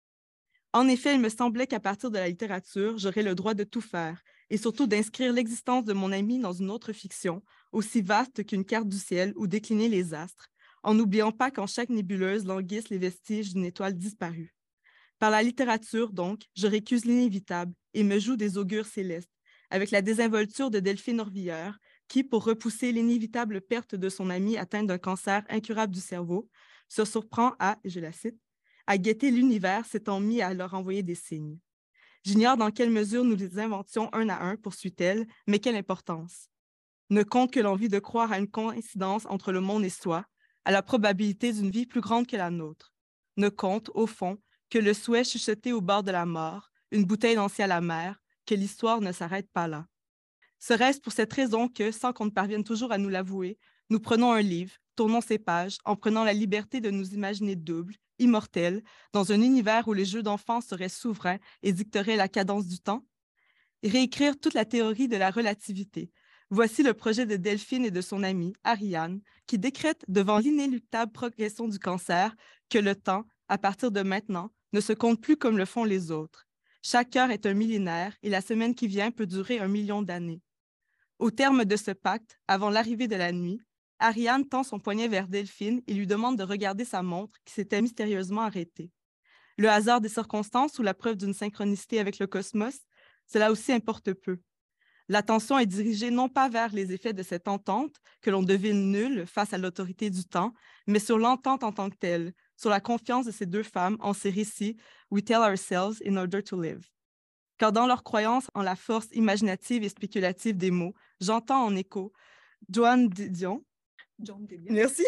En effet, il me semblait qu'à partir de la littérature, j'aurais le droit de tout faire, et surtout d'inscrire l'existence de mon ami dans une autre fiction, aussi vaste qu'une carte du ciel ou décliner les astres, en n'oubliant pas qu'en chaque nébuleuse languissent les vestiges d'une étoile disparue. Par la littérature, donc, je récuse l'inévitable et me joue des augures célestes, avec la désinvolture de Delphine Orvilleur, qui, pour repousser l'inévitable perte de son ami atteint d'un cancer incurable du cerveau, se surprend à, et je la cite, à guetter l'univers s'étant mis à leur envoyer des signes. J'ignore dans quelle mesure nous les inventions un à un, poursuit-elle, mais quelle importance. Ne compte que l'envie de croire à une coïncidence entre le monde et soi, à la probabilité d'une vie plus grande que la nôtre. Ne compte, au fond, que le souhait chuchoté au bord de la mort, une bouteille lancée à la mer, que l'histoire ne s'arrête pas là. Serait-ce pour cette raison que, sans qu'on ne parvienne toujours à nous l'avouer, nous prenons un livre, tournons ses pages, en prenant la liberté de nous imaginer doubles, immortels, dans un univers où les jeux d'enfants seraient souverains et dicteraient la cadence du temps? Et réécrire toute la théorie de la relativité. Voici le projet de Delphine et de son amie, Ariane, qui décrète devant l'inéluctable progression du cancer que le temps, à partir de maintenant, ne se compte plus comme le font les autres. Chaque heure est un millénaire et la semaine qui vient peut durer un million d'années. Au terme de ce pacte, avant l'arrivée de la nuit, Ariane tend son poignet vers Delphine et lui demande de regarder sa montre qui s'était mystérieusement arrêtée. Le hasard des circonstances ou la preuve d'une synchronicité avec le cosmos, cela aussi importe peu. L'attention est dirigée non pas vers les effets de cette entente, que l'on devine nulle face à l'autorité du temps, mais sur l'entente en tant que telle, sur la confiance de ces deux femmes en ces récits « We tell ourselves in order to live ». Car dans leur croyance en la force imaginative et spéculative des mots, j'entends en écho Joan Didion, John Didion. Merci,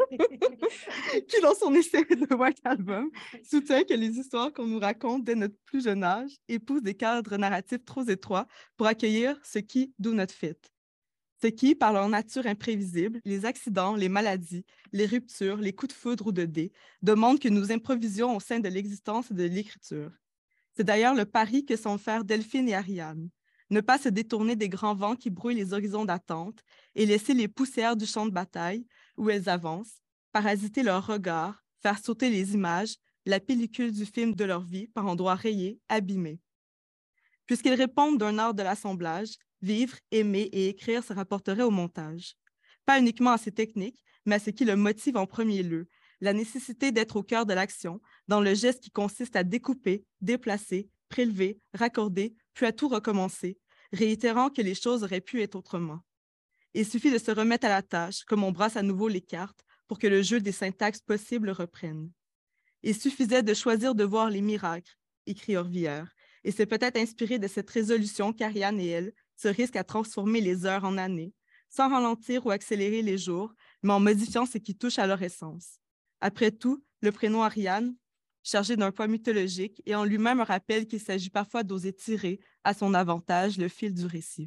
qui dans son essai de White Album soutient que les histoires qu'on nous raconte dès notre plus jeune âge épousent des cadres narratifs trop étroits pour accueillir ce qui do not fit. Ce qui, par leur nature imprévisible, les accidents, les maladies, les ruptures, les coups de foudre ou de dés, demandent que nous improvisions au sein de l'existence et de l'écriture. C'est d'ailleurs le pari que sont faire Delphine et Ariane. Ne pas se détourner des grands vents qui brouillent les horizons d'attente et laisser les poussières du champ de bataille, où elles avancent, parasiter leur regard, faire sauter les images, la pellicule du film de leur vie par endroits rayés, abîmés. Puisqu'ils répondent d'un art de l'assemblage, vivre, aimer et écrire se rapporterait au montage. Pas uniquement à ces techniques, mais à ce qui le motive en premier lieu, la nécessité d'être au cœur de l'action, dans le geste qui consiste à découper, déplacer, prélever, raccorder, puis à tout recommencer, réitérant que les choses auraient pu être autrement. Il suffit de se remettre à la tâche, comme on brasse à nouveau les cartes, pour que le jeu des syntaxes possibles reprenne. Il suffisait de choisir de voir les miracles, écrit Orvillère, et c'est peut-être inspiré de cette résolution qu'Ariane et elle se risquent à transformer les heures en années, sans ralentir ou accélérer les jours, mais en modifiant ce qui touche à leur essence. Après tout, le prénom Ariane, chargé d'un poids mythologique, et en lui-même un rappel qu'il s'agit parfois d'oser tirer, à son avantage, le fil du récit.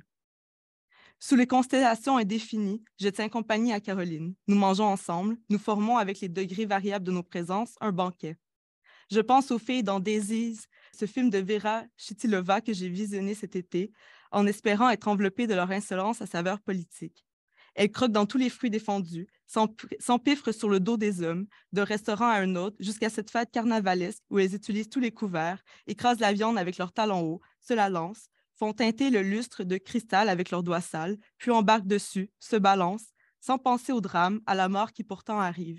Sous les constellations indéfinies, je tiens compagnie à Caroline. Nous mangeons ensemble, nous formons avec les degrés variables de nos présences un banquet. Je pense aux filles dans Daisies, ce film de Vera Chytilova que j'ai visionné cet été, en espérant être enveloppée de leur insolence à saveur politique. Elles croquent dans tous les fruits défendus, s'empiffrent sur le dos des hommes, d'un restaurant à un autre, jusqu'à cette fête carnavalesque où elles utilisent tous les couverts, écrasent la viande avec leurs talons hauts, se la lancent, font teinter le lustre de cristal avec leurs doigts sales, puis embarquent dessus, se balancent, sans penser au drame, à la mort qui pourtant arrive.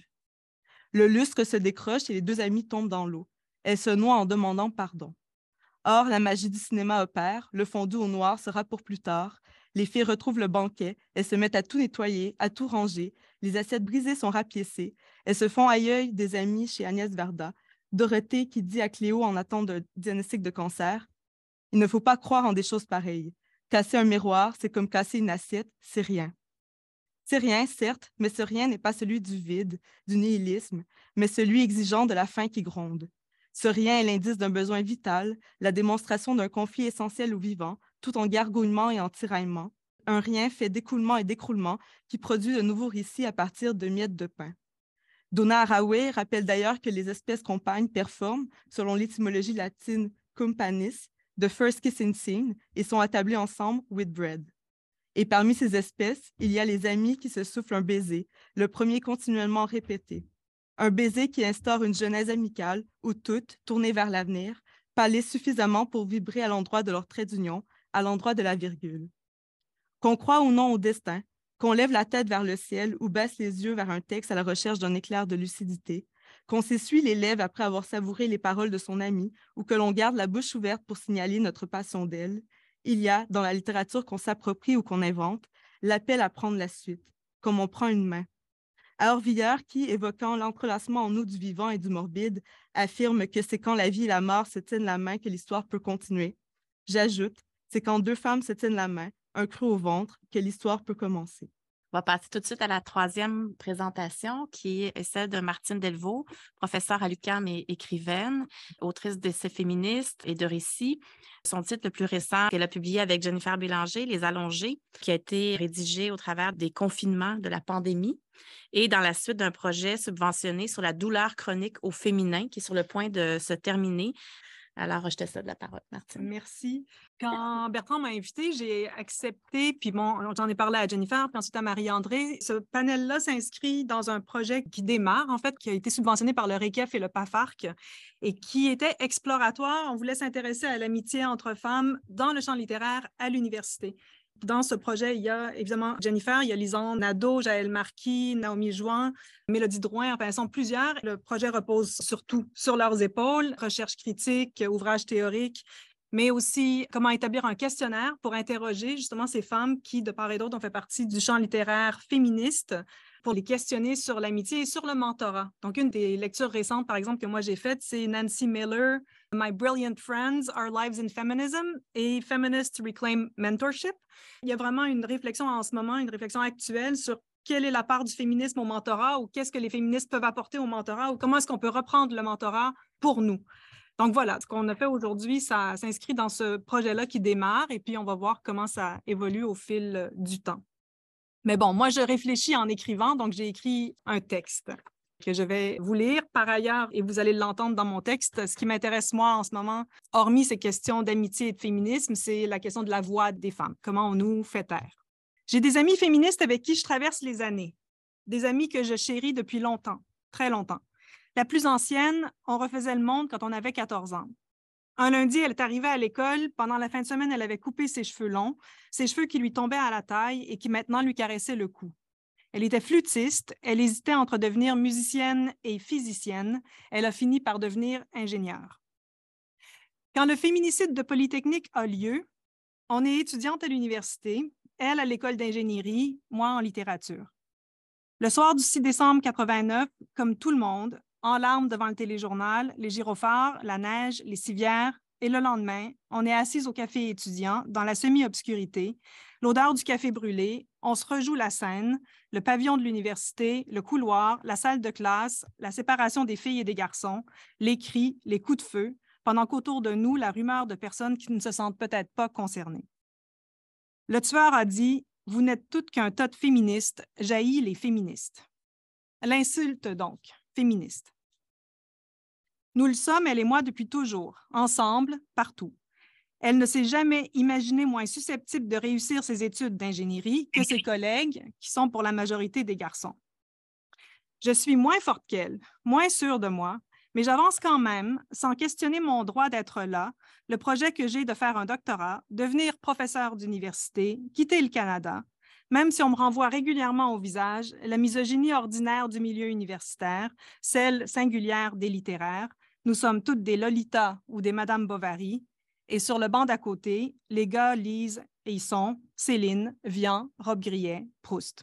Le lustre se décroche et les deux amies tombent dans l'eau. Elles se noient en demandant pardon. Or, la magie du cinéma opère, le fondu au noir sera pour plus tard. Les filles retrouvent le banquet, elles se mettent à tout nettoyer, à tout ranger, les assiettes brisées sont rapiécées, elles se font aïeul des amis chez Agnès Varda, Dorothée qui dit à Cléo en attente d'un diagnostic de cancer « Il ne faut pas croire en des choses pareilles. Casser un miroir, c'est comme casser une assiette, c'est rien. » C'est rien, certes, mais ce rien n'est pas celui du vide, du nihilisme, mais celui exigeant de la faim qui gronde. Ce rien est l'indice d'un besoin vital, la démonstration d'un conflit essentiel au vivant, tout en gargouillement et en tiraillement. Un rien fait d'écoulement et d'écroulement qui produit de nouveaux récits à partir de miettes de pain. Donna Haraway rappelle d'ailleurs que les espèces compagnes performent, selon l'étymologie latine companis, the first kissing scene et sont attablées ensemble with bread. Et parmi ces espèces, il y a les amis qui se soufflent un baiser, le premier continuellement répété. Un baiser qui instaure une genèse amicale où toutes, tournées vers l'avenir, pâlissent suffisamment pour vibrer à l'endroit de leur trait d'union, à l'endroit de la virgule. Qu'on croit ou non au destin, qu'on lève la tête vers le ciel ou baisse les yeux vers un texte à la recherche d'un éclair de lucidité, qu'on s'essuie les lèvres après avoir savouré les paroles de son ami ou que l'on garde la bouche ouverte pour signaler notre passion d'elle, il y a, dans la littérature qu'on s'approprie ou qu'on invente, l'appel à prendre la suite, comme on prend une main. À Orvillère, qui, évoquant l'entrelacement en nous du vivant et du morbide, affirme que c'est quand la vie et la mort se tiennent la main que l'histoire peut continuer. J'ajoute, c'est quand deux femmes se tiennent la main, un creux au ventre, que l'histoire peut commencer. On va passer tout de suite à la troisième présentation, qui est celle de Martine Delvaux, professeure à l'U Q A M et écrivaine, autrice d'essais féministes et de récits. Son titre le plus récent qu'elle a publié avec Jennifer Bélanger, Les Allongés, qui a été rédigé au travers des confinements de la pandémie et dans la suite d'un projet subventionné sur la douleur chronique au féminin qui est sur le point de se terminer. Alors, je te cède la parole, Martine. Merci. Quand Bertrand m'a invitée, j'ai accepté, puis bon, j'en ai parlé à Jennifer, puis ensuite à Marie-André. Ce panel-là s'inscrit dans un projet qui démarre, en fait, qui a été subventionné par le RECEF et le PAFARC et qui était exploratoire. On voulait s'intéresser à l'amitié entre femmes dans le champ littéraire à l'université. Dans ce projet, il y a évidemment Jennifer, il y a Lisanne Nadeau, Jaël Marquis, Naomi Jouan, Mélodie Drouin, enfin, elles sont plusieurs. Le projet repose surtout sur leurs épaules, recherche critique, ouvrage théorique, mais aussi comment établir un questionnaire pour interroger justement ces femmes qui, de part et d'autre, ont fait partie du champ littéraire féministe, pour les questionner sur l'amitié et sur le mentorat. Donc, une des lectures récentes, par exemple, que moi j'ai faites, c'est Nancy Miller, My Brilliant Friends, Our Lives in Feminism et Feminists Reclaim Mentorship. Il y a vraiment une réflexion en ce moment, une réflexion actuelle sur quelle est la part du féminisme au mentorat ou qu'est-ce que les féministes peuvent apporter au mentorat ou comment est-ce qu'on peut reprendre le mentorat pour nous. Donc voilà, ce qu'on a fait aujourd'hui, ça s'inscrit dans ce projet-là qui démarre et puis on va voir comment ça évolue au fil du temps. Mais bon, moi, je réfléchis en écrivant, donc j'ai écrit un texte que je vais vous lire. Par ailleurs, et vous allez l'entendre dans mon texte, ce qui m'intéresse, moi, en ce moment, hormis ces questions d'amitié et de féminisme, c'est la question de la voix des femmes. Comment on nous fait taire? J'ai des amis féministes avec qui je traverse les années, des amis que je chéris depuis longtemps, très longtemps. La plus ancienne, on refaisait le monde quand on avait quatorze ans. Un lundi, elle est arrivée à l'école. Pendant la fin de semaine, elle avait coupé ses cheveux longs, ses cheveux qui lui tombaient à la taille et qui maintenant lui caressaient le cou. Elle était flûtiste, elle hésitait entre devenir musicienne et physicienne. Elle a fini par devenir ingénieure. Quand le féminicide de Polytechnique a lieu, on est étudiante à l'université, elle à l'école d'ingénierie, moi en littérature. Le soir du six décembre quatre-vingt-neuf, comme tout le monde, en larmes devant le téléjournal, les gyrophares, la neige, les civières, et le lendemain, on est assise au café étudiant, dans la semi-obscurité, l'odeur du café brûlé, on se rejoue la scène, le pavillon de l'université, le couloir, la salle de classe, la séparation des filles et des garçons, les cris, les coups de feu, pendant qu'autour de nous, la rumeur de personnes qui ne se sentent peut-être pas concernées. Le tueur a dit « Vous n'êtes toutes qu'un tas de féministes, j'haïs les féministes ». L'insulte donc, féministe. Nous le sommes, elle et moi, depuis toujours, ensemble, partout. Elle ne s'est jamais imaginée moins susceptible de réussir ses études d'ingénierie que ses collègues, qui sont pour la majorité des garçons. Je suis moins forte qu'elle, moins sûre de moi, mais j'avance quand même, sans questionner mon droit d'être là, le projet que j'ai de faire un doctorat, devenir professeur d'université, quitter le Canada, même si on me renvoie régulièrement au visage la misogynie ordinaire du milieu universitaire, celle singulière des littéraires. Nous sommes toutes des Lolita ou des Madame Bovary. Et sur le banc d'à côté, les gars lisent et ils sont Céline, Vian, Rob Grillet, Proust.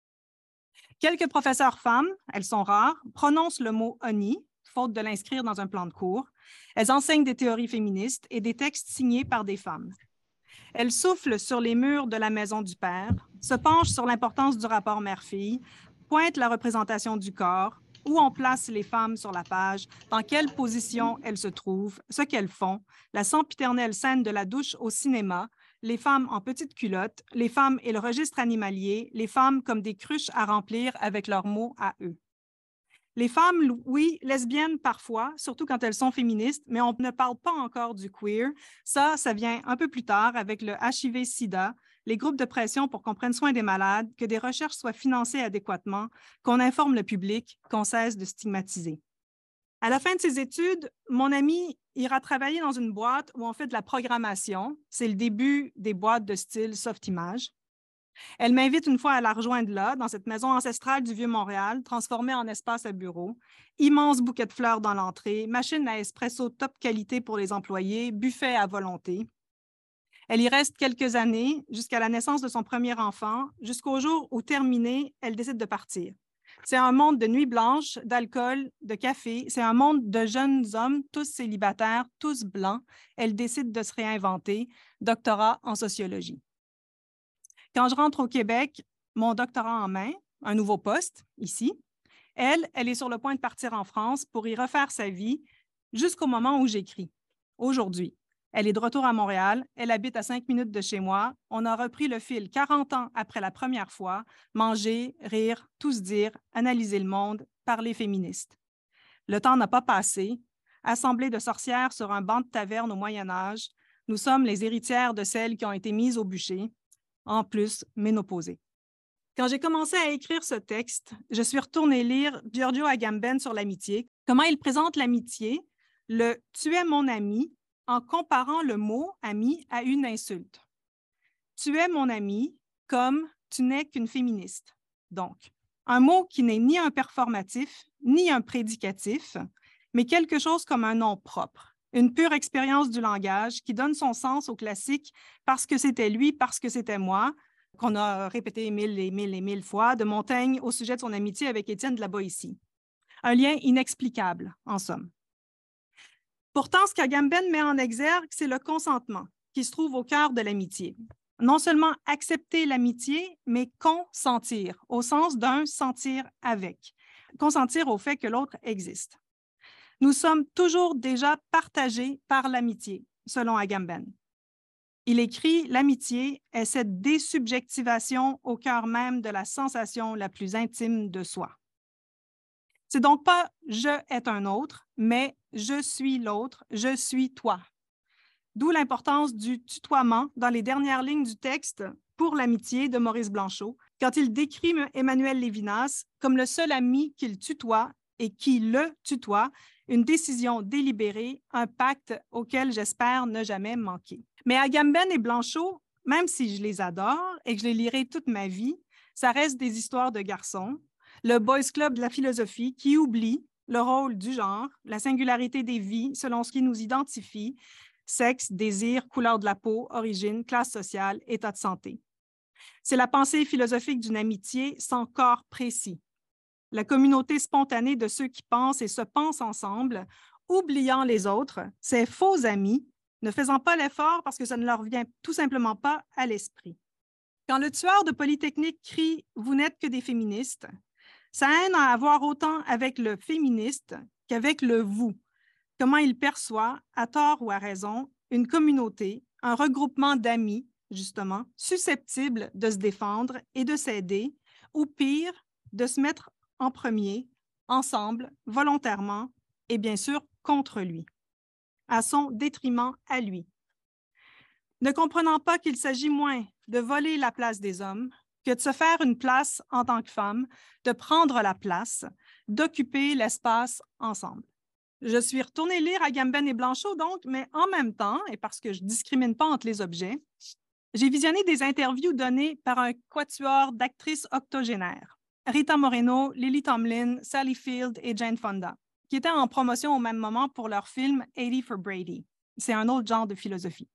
Quelques professeurs femmes, elles sont rares, prononcent le mot « honi », faute de l'inscrire dans un plan de cours. Elles enseignent des théories féministes et des textes signés par des femmes. Elles soufflent sur les murs de la maison du père, se penchent sur l'importance du rapport mère-fille, pointent la représentation du corps, où on place les femmes sur la page, dans quelle position elles se trouvent, ce qu'elles font, la sempiternelle scène de la douche au cinéma, les femmes en petites culottes, les femmes et le registre animalier, les femmes comme des cruches à remplir avec leurs mots à eux. Les femmes, oui, lesbiennes parfois, surtout quand elles sont féministes, mais on ne parle pas encore du queer. Ça, ça vient un peu plus tard avec le H I V sida, les groupes de pression pour qu'on prenne soin des malades, que des recherches soient financées adéquatement, qu'on informe le public, qu'on cesse de stigmatiser. À la fin de ses études, mon amie ira travailler dans une boîte où on fait de la programmation. C'est le début des boîtes de style soft image. Elle m'invite une fois à la rejoindre là, dans cette maison ancestrale du Vieux-Montréal, transformée en espace à bureau. Immense bouquet de fleurs dans l'entrée, machine à espresso top qualité pour les employés, buffet à volonté. Elle y reste quelques années, jusqu'à la naissance de son premier enfant, jusqu'au jour où, terminée, elle décide de partir. C'est un monde de nuits blanches, d'alcool, de café. C'est un monde de jeunes hommes, tous célibataires, tous blancs. Elle décide de se réinventer, doctorat en sociologie. Quand je rentre au Québec, mon doctorat en main, un nouveau poste, ici, elle, elle est sur le point de partir en France pour y refaire sa vie jusqu'au moment où j'écris, aujourd'hui. Elle est de retour à Montréal, elle habite à cinq minutes de chez moi. On a repris le fil quarante ans après la première fois, manger, rire, tout se dire, analyser le monde, parler féministe. Le temps n'a pas passé. Assemblée de sorcières sur un banc de taverne au Moyen Âge, nous sommes les héritières de celles qui ont été mises au bûcher, en plus ménopausées. Quand j'ai commencé à écrire ce texte, je suis retournée lire Giorgio Agamben sur l'amitié, comment il présente l'amitié, le « tu es mon ami », en comparant le mot « ami » à une insulte. Tu es mon ami comme tu n'es qu'une féministe. Donc, un mot qui n'est ni un performatif, ni un prédicatif, mais quelque chose comme un nom propre, une pure expérience du langage qui donne son sens au classique parce que c'était lui, parce que c'était moi, qu'on a répété mille et mille et mille fois, de Montaigne au sujet de son amitié avec Étienne de la Boétie. Un lien inexplicable, en somme. Pourtant, ce qu'Agamben met en exergue, c'est le consentement qui se trouve au cœur de l'amitié. Non seulement accepter l'amitié, mais consentir, au sens d'un sentir avec, consentir au fait que l'autre existe. Nous sommes toujours déjà partagés par l'amitié, selon Agamben. Il écrit « L'amitié est cette désubjectivation au cœur même de la sensation la plus intime de soi. » C'est donc pas « je est un autre », mais « je suis l'autre, je suis toi ». D'où l'importance du tutoiement dans les dernières lignes du texte pour l'amitié de Maurice Blanchot, quand il décrit Emmanuel Lévinas comme le seul ami qu'il tutoie et qui le tutoie, une décision délibérée, un pacte auquel j'espère ne jamais manquer. Mais Agamben et Blanchot, même si je les adore et que je les lirai toute ma vie, ça reste des histoires de garçons, le boys club de la philosophie qui oublie le rôle du genre, la singularité des vies selon ce qui nous identifie, sexe, désir, couleur de la peau, origine, classe sociale, état de santé. C'est la pensée philosophique d'une amitié sans corps précis. La communauté spontanée de ceux qui pensent et se pensent ensemble, oubliant les autres, ces faux amis, ne faisant pas l'effort parce que ça ne leur vient tout simplement pas à l'esprit. Quand le tueur de Polytechnique crie « Vous n'êtes que des féministes », sa haine a à voir autant avec le féministe qu'avec le « vous ». Comment il perçoit, à tort ou à raison, une communauté, un regroupement d'amis, justement, susceptibles de se défendre et de s'aider, ou pire, de se mettre en premier, ensemble, volontairement, et bien sûr contre lui, à son détriment à lui. Ne comprenant pas qu'il s'agit moins de voler la place des hommes que de se faire une place en tant que femme, de prendre la place, d'occuper l'espace ensemble. Je suis retournée lire Agamben et Blanchot, donc, mais en même temps, et parce que je ne discrimine pas entre les objets, j'ai visionné des interviews données par un quatuor d'actrices octogénaires, Rita Moreno, Lily Tomlin, Sally Field et Jane Fonda, qui étaient en promotion au même moment pour leur film eighty for Brady. C'est un autre genre de philosophie.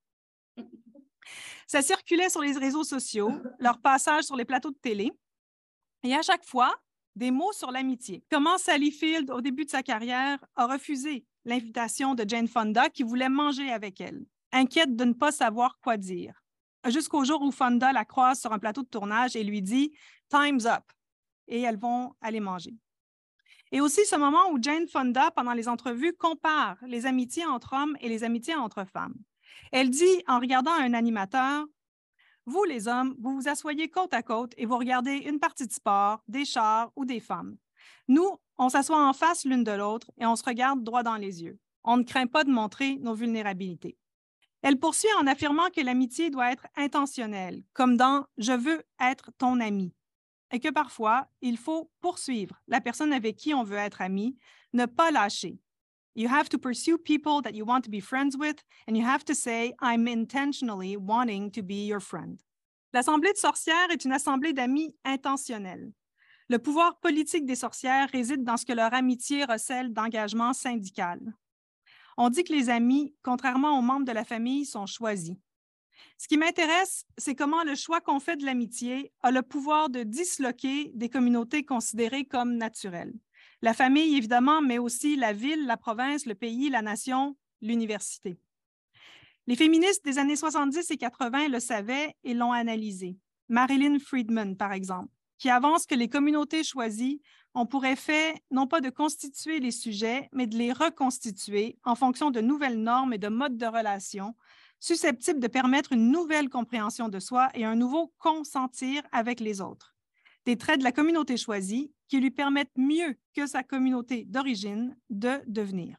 Ça circulait sur les réseaux sociaux, leur passage sur les plateaux de télé, et à chaque fois, des mots sur l'amitié. Comment Sally Field, au début de sa carrière, a refusé l'invitation de Jane Fonda qui voulait manger avec elle, inquiète de ne pas savoir quoi dire. Jusqu'au jour où Fonda la croise sur un plateau de tournage et lui dit « Time's up » et elles vont aller manger. Et aussi ce moment où Jane Fonda, pendant les entrevues, compare les amitiés entre hommes et les amitiés entre femmes. Elle dit, en regardant un animateur, « Vous, les hommes, vous vous asseyez côte à côte et vous regardez une partie de sport, des chars ou des femmes. Nous, on s'assoit en face l'une de l'autre et on se regarde droit dans les yeux. On ne craint pas de montrer nos vulnérabilités. » Elle poursuit en affirmant que l'amitié doit être intentionnelle, comme dans « Je veux être ton ami », et que parfois, il faut poursuivre la personne avec qui on veut être ami, ne pas lâcher. You have to pursue people that you want to be friends with, and you have to say, I'm intentionally wanting to be your friend. L'Assemblée de sorcières est une assemblée d'amis intentionnels. Le pouvoir politique des sorcières réside dans ce que leur amitié recèle d'engagement syndical. On dit que les amis, contrairement aux membres de la famille, sont choisis. Ce qui m'intéresse, c'est comment le choix qu'on fait de l'amitié a le pouvoir de disloquer des communautés considérées comme naturelles. La famille, évidemment, mais aussi la ville, la province, le pays, la nation, l'université. Les féministes des années soixante-dix et quatre-vingt le savaient et l'ont analysé. Marilyn Friedman, par exemple, qui avance que les communautés choisies ont pour effet non pas de constituer les sujets, mais de les reconstituer en fonction de nouvelles normes et de modes de relation susceptibles de permettre une nouvelle compréhension de soi et un nouveau consentir avec les autres. Des traits de la communauté choisie qui lui permettent mieux que sa communauté d'origine de devenir.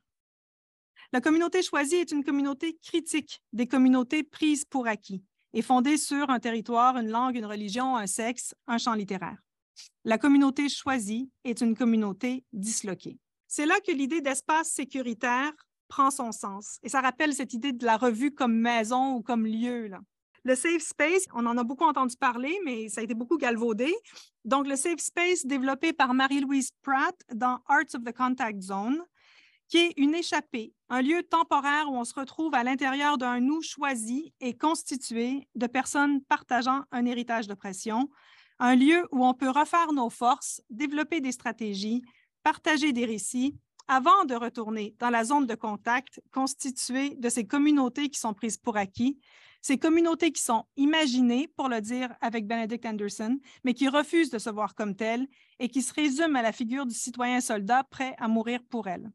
La communauté choisie est une communauté critique des communautés prises pour acquis et fondée sur un territoire, une langue, une religion, un sexe, un champ littéraire. La communauté choisie est une communauté disloquée. C'est là que l'idée d'espace sécuritaire prend son sens et ça rappelle cette idée de la revue comme maison ou comme lieu, là. Le safe space, on en a beaucoup entendu parler, mais ça a été beaucoup galvaudé. Donc, le safe space développé par Marie-Louise Pratt dans Arts of the Contact Zone, qui est une échappée, un lieu temporaire où on se retrouve à l'intérieur d'un nous choisi et constitué de personnes partageant un héritage d'oppression, un lieu où on peut refaire nos forces, développer des stratégies, partager des récits, avant de retourner dans la zone de contact constituée de ces communautés qui sont prises pour acquis, ces communautés qui sont imaginées, pour le dire avec Benedict Anderson, mais qui refusent de se voir comme telles et qui se résument à la figure du citoyen soldat prêt à mourir pour elles.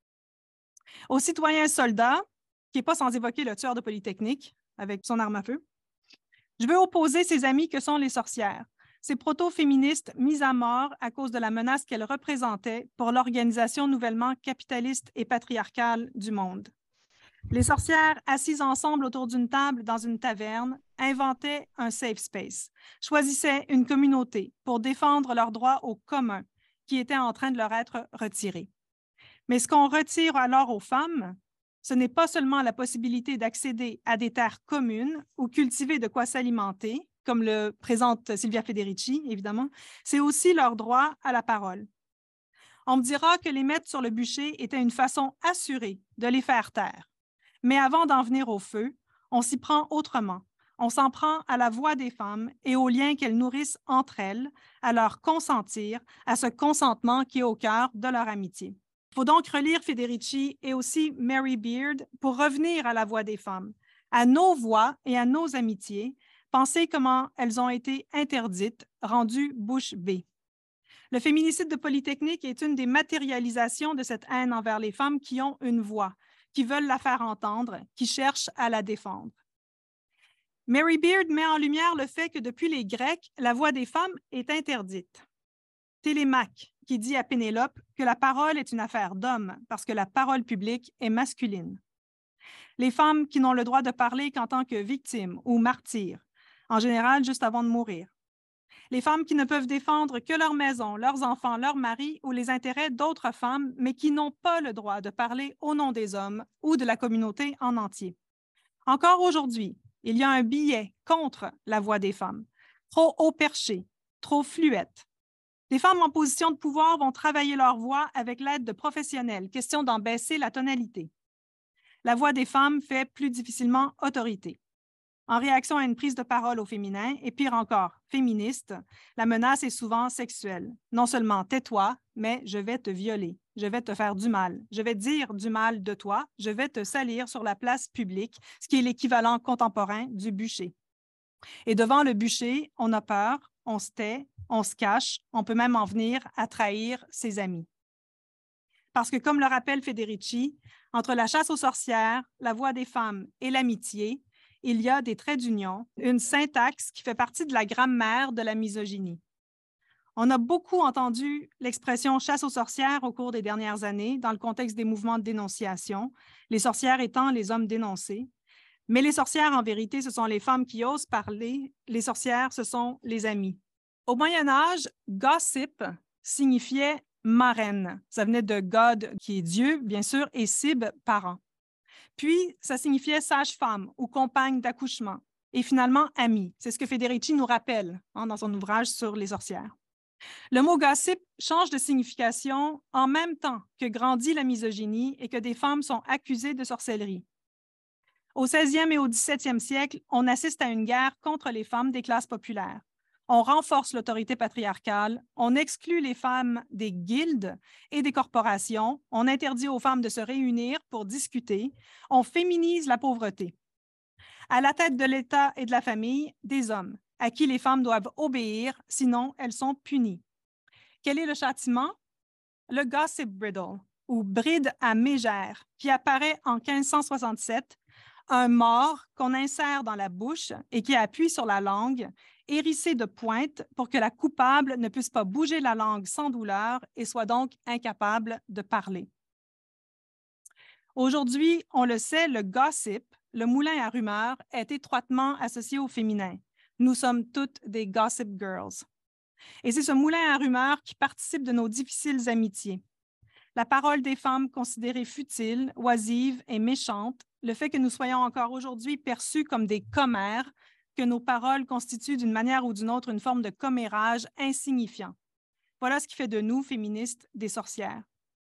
Au citoyen soldat, qui n'est pas sans évoquer le tueur de Polytechnique avec son arme à feu, je veux opposer ces amis que sont les sorcières, ces proto-féministes mises à mort à cause de la menace qu'elles représentaient pour l'organisation nouvellement capitaliste et patriarcale du monde. Les sorcières, assises ensemble autour d'une table dans une taverne, inventaient un safe space, choisissaient une communauté pour défendre leurs droits au commun qui étaient en train de leur être retirés. Mais ce qu'on retire alors aux femmes, ce n'est pas seulement la possibilité d'accéder à des terres communes ou cultiver de quoi s'alimenter, comme le présente Silvia Federici, évidemment, c'est aussi leur droit à la parole. On me dira que les mettre sur le bûcher était une façon assurée de les faire taire. Mais avant d'en venir au feu, on s'y prend autrement. On s'en prend à la voix des femmes et aux liens qu'elles nourrissent entre elles, à leur consentir, à ce consentement qui est au cœur de leur amitié. Il faut donc relire Federici et aussi Mary Beard pour revenir à la voix des femmes, à nos voix et à nos amitiés, penser comment elles ont été interdites, rendues bouche bée. Le féminicide de Polytechnique est une des matérialisations de cette haine envers les femmes qui ont une voix, qui veulent la faire entendre, qui cherchent à la défendre. Mary Beard met en lumière le fait que depuis les Grecs, la voix des femmes est interdite. Télémaque, qui dit à Pénélope que la parole est une affaire d'homme parce que la parole publique est masculine. Les femmes qui n'ont le droit de parler qu'en tant que victimes ou martyrs, en général juste avant de mourir. Les femmes qui ne peuvent défendre que leur maison, leurs enfants, leurs maris ou les intérêts d'autres femmes, mais qui n'ont pas le droit de parler au nom des hommes ou de la communauté en entier. Encore aujourd'hui, il y a un billet contre la voix des femmes, trop haut perché, trop fluette. Les femmes en position de pouvoir vont travailler leur voix avec l'aide de professionnels, question d'en baisser la tonalité. La voix des femmes fait plus difficilement autorité. En réaction à une prise de parole au féminin, et pire encore, féministe, la menace est souvent sexuelle. Non seulement tais-toi, mais je vais te violer, je vais te faire du mal, je vais dire du mal de toi, je vais te salir sur la place publique, ce qui est l'équivalent contemporain du bûcher. Et devant le bûcher, on a peur, on se tait, on se cache, on peut même en venir à trahir ses amis. Parce que, comme le rappelle Federici, entre la chasse aux sorcières, la voix des femmes et l'amitié, il y a des traits d'union, une syntaxe qui fait partie de la grammaire de la misogynie. On a beaucoup entendu l'expression « chasse aux sorcières » au cours des dernières années dans le contexte des mouvements de dénonciation, les sorcières étant les hommes dénoncés. Mais les sorcières, en vérité, ce sont les femmes qui osent parler, les sorcières, ce sont les amies. Au Moyen Âge, « gossip » signifiait « marraine ». Ça venait de « God » qui est Dieu, bien sûr, et « sib » parent. Puis, ça signifiait sage-femme ou compagne d'accouchement. Et finalement, amie. C'est ce que Federici nous rappelle hein, dans son ouvrage sur les sorcières. Le mot gossip change de signification en même temps que grandit la misogynie et que des femmes sont accusées de sorcellerie. Au seizième et au dix-septième siècle, on assiste à une guerre contre les femmes des classes populaires. On renforce l'autorité patriarcale, on exclut les femmes des guildes et des corporations, on interdit aux femmes de se réunir pour discuter, on féminise la pauvreté. À la tête de l'État et de la famille, des hommes, à qui les femmes doivent obéir, sinon elles sont punies. Quel est le châtiment? Le gossip bridle, ou bride à mégère, qui apparaît en quinze cent soixante-sept, un mors qu'on insère dans la bouche et qui appuie sur la langue, hérissé de pointes pour que la coupable ne puisse pas bouger la langue sans douleur et soit donc incapable de parler. Aujourd'hui, on le sait, le gossip, le moulin à rumeurs, est étroitement associé au féminin. Nous sommes toutes des gossip girls. Et c'est ce moulin à rumeurs qui participe de nos difficiles amitiés. La parole des femmes considérées futiles, oisives et méchantes, le fait que nous soyons encore aujourd'hui perçus comme des commères, que nos paroles constituent d'une manière ou d'une autre une forme de commérage insignifiant. Voilà ce qui fait de nous, féministes, des sorcières.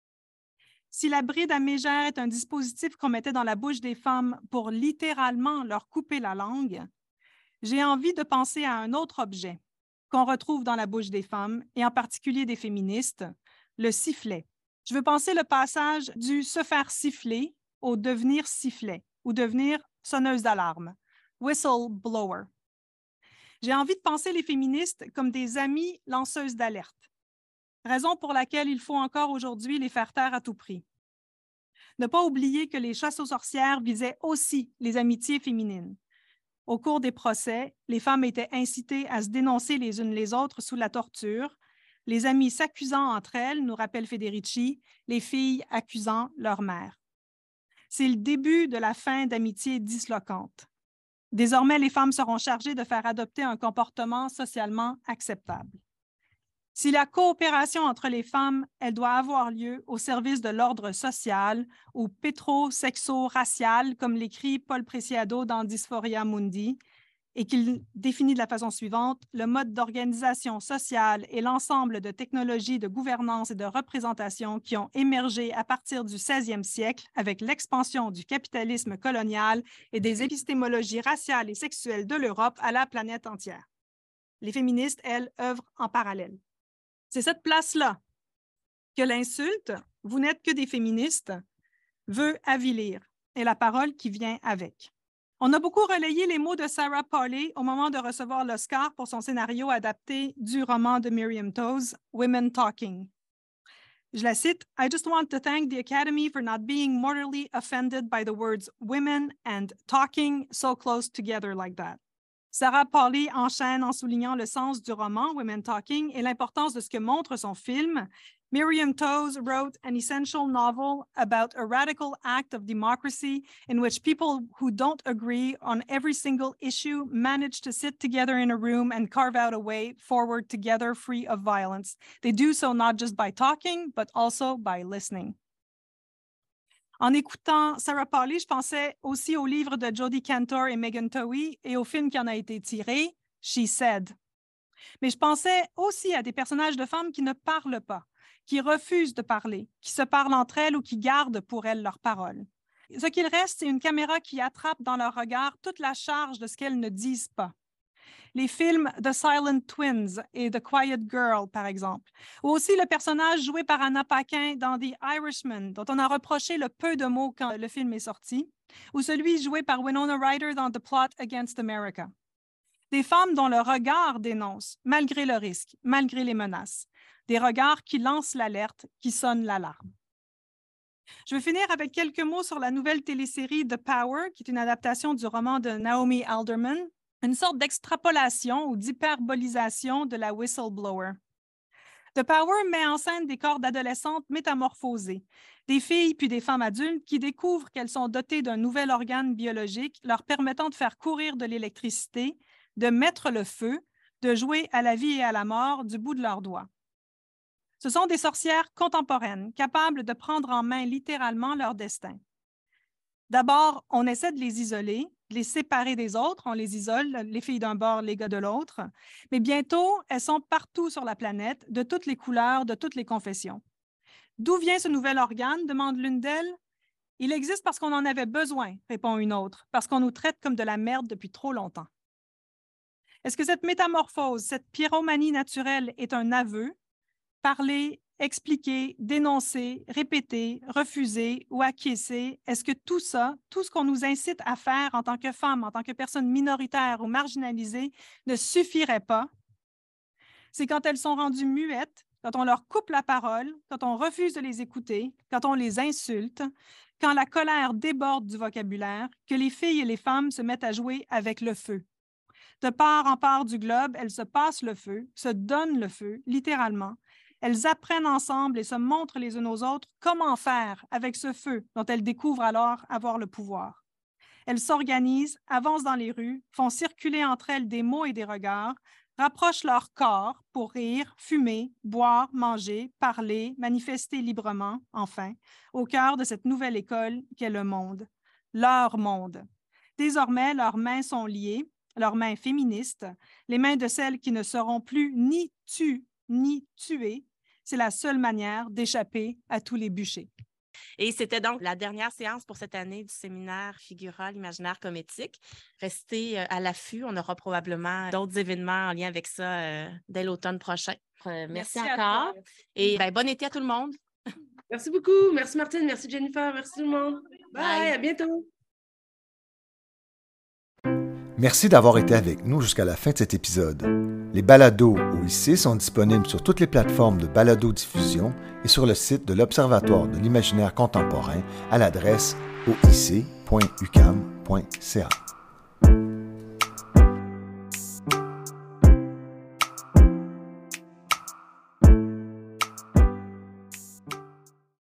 Si la bride à mégère est un dispositif qu'on mettait dans la bouche des femmes pour littéralement leur couper la langue, j'ai envie de penser à un autre objet qu'on retrouve dans la bouche des femmes, et en particulier des féministes, le sifflet. Je veux penser le passage du se faire siffler au devenir sifflet ou devenir sonneuse d'alarme, whistleblower. J'ai envie de penser les féministes comme des amies lanceuses d'alerte, raison pour laquelle il faut encore aujourd'hui les faire taire à tout prix. Ne pas oublier que les chasses aux sorcières visaient aussi les amitiés féminines. Au cours des procès, les femmes étaient incitées à se dénoncer les unes les autres sous la torture, les amies s'accusant entre elles, nous rappelle Federici, les filles accusant leur mère. C'est le début de la fin d'amitiés disloquantes. Désormais, les femmes seront chargées de faire adopter un comportement socialement acceptable. Si la coopération entre les femmes, elle doit avoir lieu au service de l'ordre social ou pétro-sexo-racial, comme l'écrit Paul Preciado dans Dysphoria Mundi, et qu'il définit de la façon suivante, le mode d'organisation sociale et l'ensemble de technologies de gouvernance et de représentation qui ont émergé à partir du seizième siècle avec l'expansion du capitalisme colonial et des épistémologies raciales et sexuelles de l'Europe à la planète entière. Les féministes, elles, œuvrent en parallèle. C'est cette place-là que l'insulte « vous n'êtes que des féministes » veut avilir, et la parole qui vient avec. On a beaucoup relayé les mots de Sarah Polley au moment de recevoir l'Oscar pour son scénario adapté du roman de Miriam Toews, Women Talking. Je la cite, « I just want to thank the Academy for not being mortally offended by the words women and talking so close together like that. » Sarah Polley enchaîne en soulignant le sens du roman Women Talking et l'importance de ce que montre son film. Miriam Toews wrote an essential novel about a radical act of democracy in which people who don't agree on every single issue manage to sit together in a room and carve out a way forward together free of violence. They do so not just by talking, but also by listening. En écoutant Sarah Polley, je pensais aussi au livre de Jodi Kantor et Megan Twohey et au film qui en a été tiré, She Said. Mais je pensais aussi à des personnages de femmes qui ne parlent pas, qui refusent de parler, qui se parlent entre elles ou qui gardent pour elles leurs paroles. Ce qu'il reste, c'est une caméra qui attrape dans leur regard toute la charge de ce qu'elles ne disent pas. Les films The Silent Twins et The Quiet Girl, par exemple, ou aussi le personnage joué par Anna Paquin dans The Irishman, dont on a reproché le peu de mots quand le film est sorti, ou celui joué par Winona Ryder dans The Plot Against America. Des femmes dont le regard dénonce, malgré le risque, malgré les menaces. Des regards qui lancent l'alerte, qui sonnent l'alarme. Je vais finir avec quelques mots sur la nouvelle télésérie The Power, qui est une adaptation du roman de Naomi Alderman, une sorte d'extrapolation ou d'hyperbolisation de la whistleblower. The Power met en scène des corps d'adolescentes métamorphosées, des filles puis des femmes adultes qui découvrent qu'elles sont dotées d'un nouvel organe biologique leur permettant de faire courir de l'électricité, de mettre le feu, de jouer à la vie et à la mort du bout de leurs doigts. Ce sont des sorcières contemporaines, capables de prendre en main littéralement leur destin. D'abord, on essaie de les isoler, de les séparer des autres, on les isole, les filles d'un bord, les gars de l'autre, mais bientôt, elles sont partout sur la planète, de toutes les couleurs, de toutes les confessions. D'où vient ce nouvel organe, demande l'une d'elles. Il existe parce qu'on en avait besoin, répond une autre, parce qu'on nous traite comme de la merde depuis trop longtemps. Est-ce que cette métamorphose, cette pyromanie naturelle est un aveu? Parler, expliquer, dénoncer, répéter, refuser ou acquiescer, est-ce que tout ça, tout ce qu'on nous incite à faire en tant que femmes, en tant que personnes minoritaires ou marginalisées, ne suffirait pas? C'est quand elles sont rendues muettes, quand on leur coupe la parole, quand on refuse de les écouter, quand on les insulte, quand la colère déborde du vocabulaire, que les filles et les femmes se mettent à jouer avec le feu. De part en part du globe, elles se passent le feu, se donnent le feu, littéralement. Elles apprennent ensemble et se montrent les unes aux autres comment faire avec ce feu dont elles découvrent alors avoir le pouvoir. Elles s'organisent, avancent dans les rues, font circuler entre elles des mots et des regards, rapprochent leur corps pour rire, fumer, boire, manger, parler, manifester librement, enfin, au cœur de cette nouvelle école qu'est le monde. Leur monde. Désormais, leurs mains sont liées, leurs mains féministes, les mains de celles qui ne seront plus ni tues ni tuées. C'est la seule manière d'échapper à tous les bûchers. Et c'était donc la dernière séance pour cette année du séminaire Figura, l'imaginaire comme éthique. Restez à l'affût, on aura probablement d'autres événements en lien avec ça euh, dès l'automne prochain. Euh, merci, merci encore et ben, bon été à tout le monde. Merci beaucoup. Merci Martine, merci Jennifer, merci tout le monde. Bye, Bye. À bientôt. Merci d'avoir été avec nous jusqu'à la fin de cet épisode. Les balados O I C sont disponibles sur toutes les plateformes de balado-diffusion et sur le site de l'Observatoire de l'imaginaire contemporain à l'adresse o i c point u q a m point c a.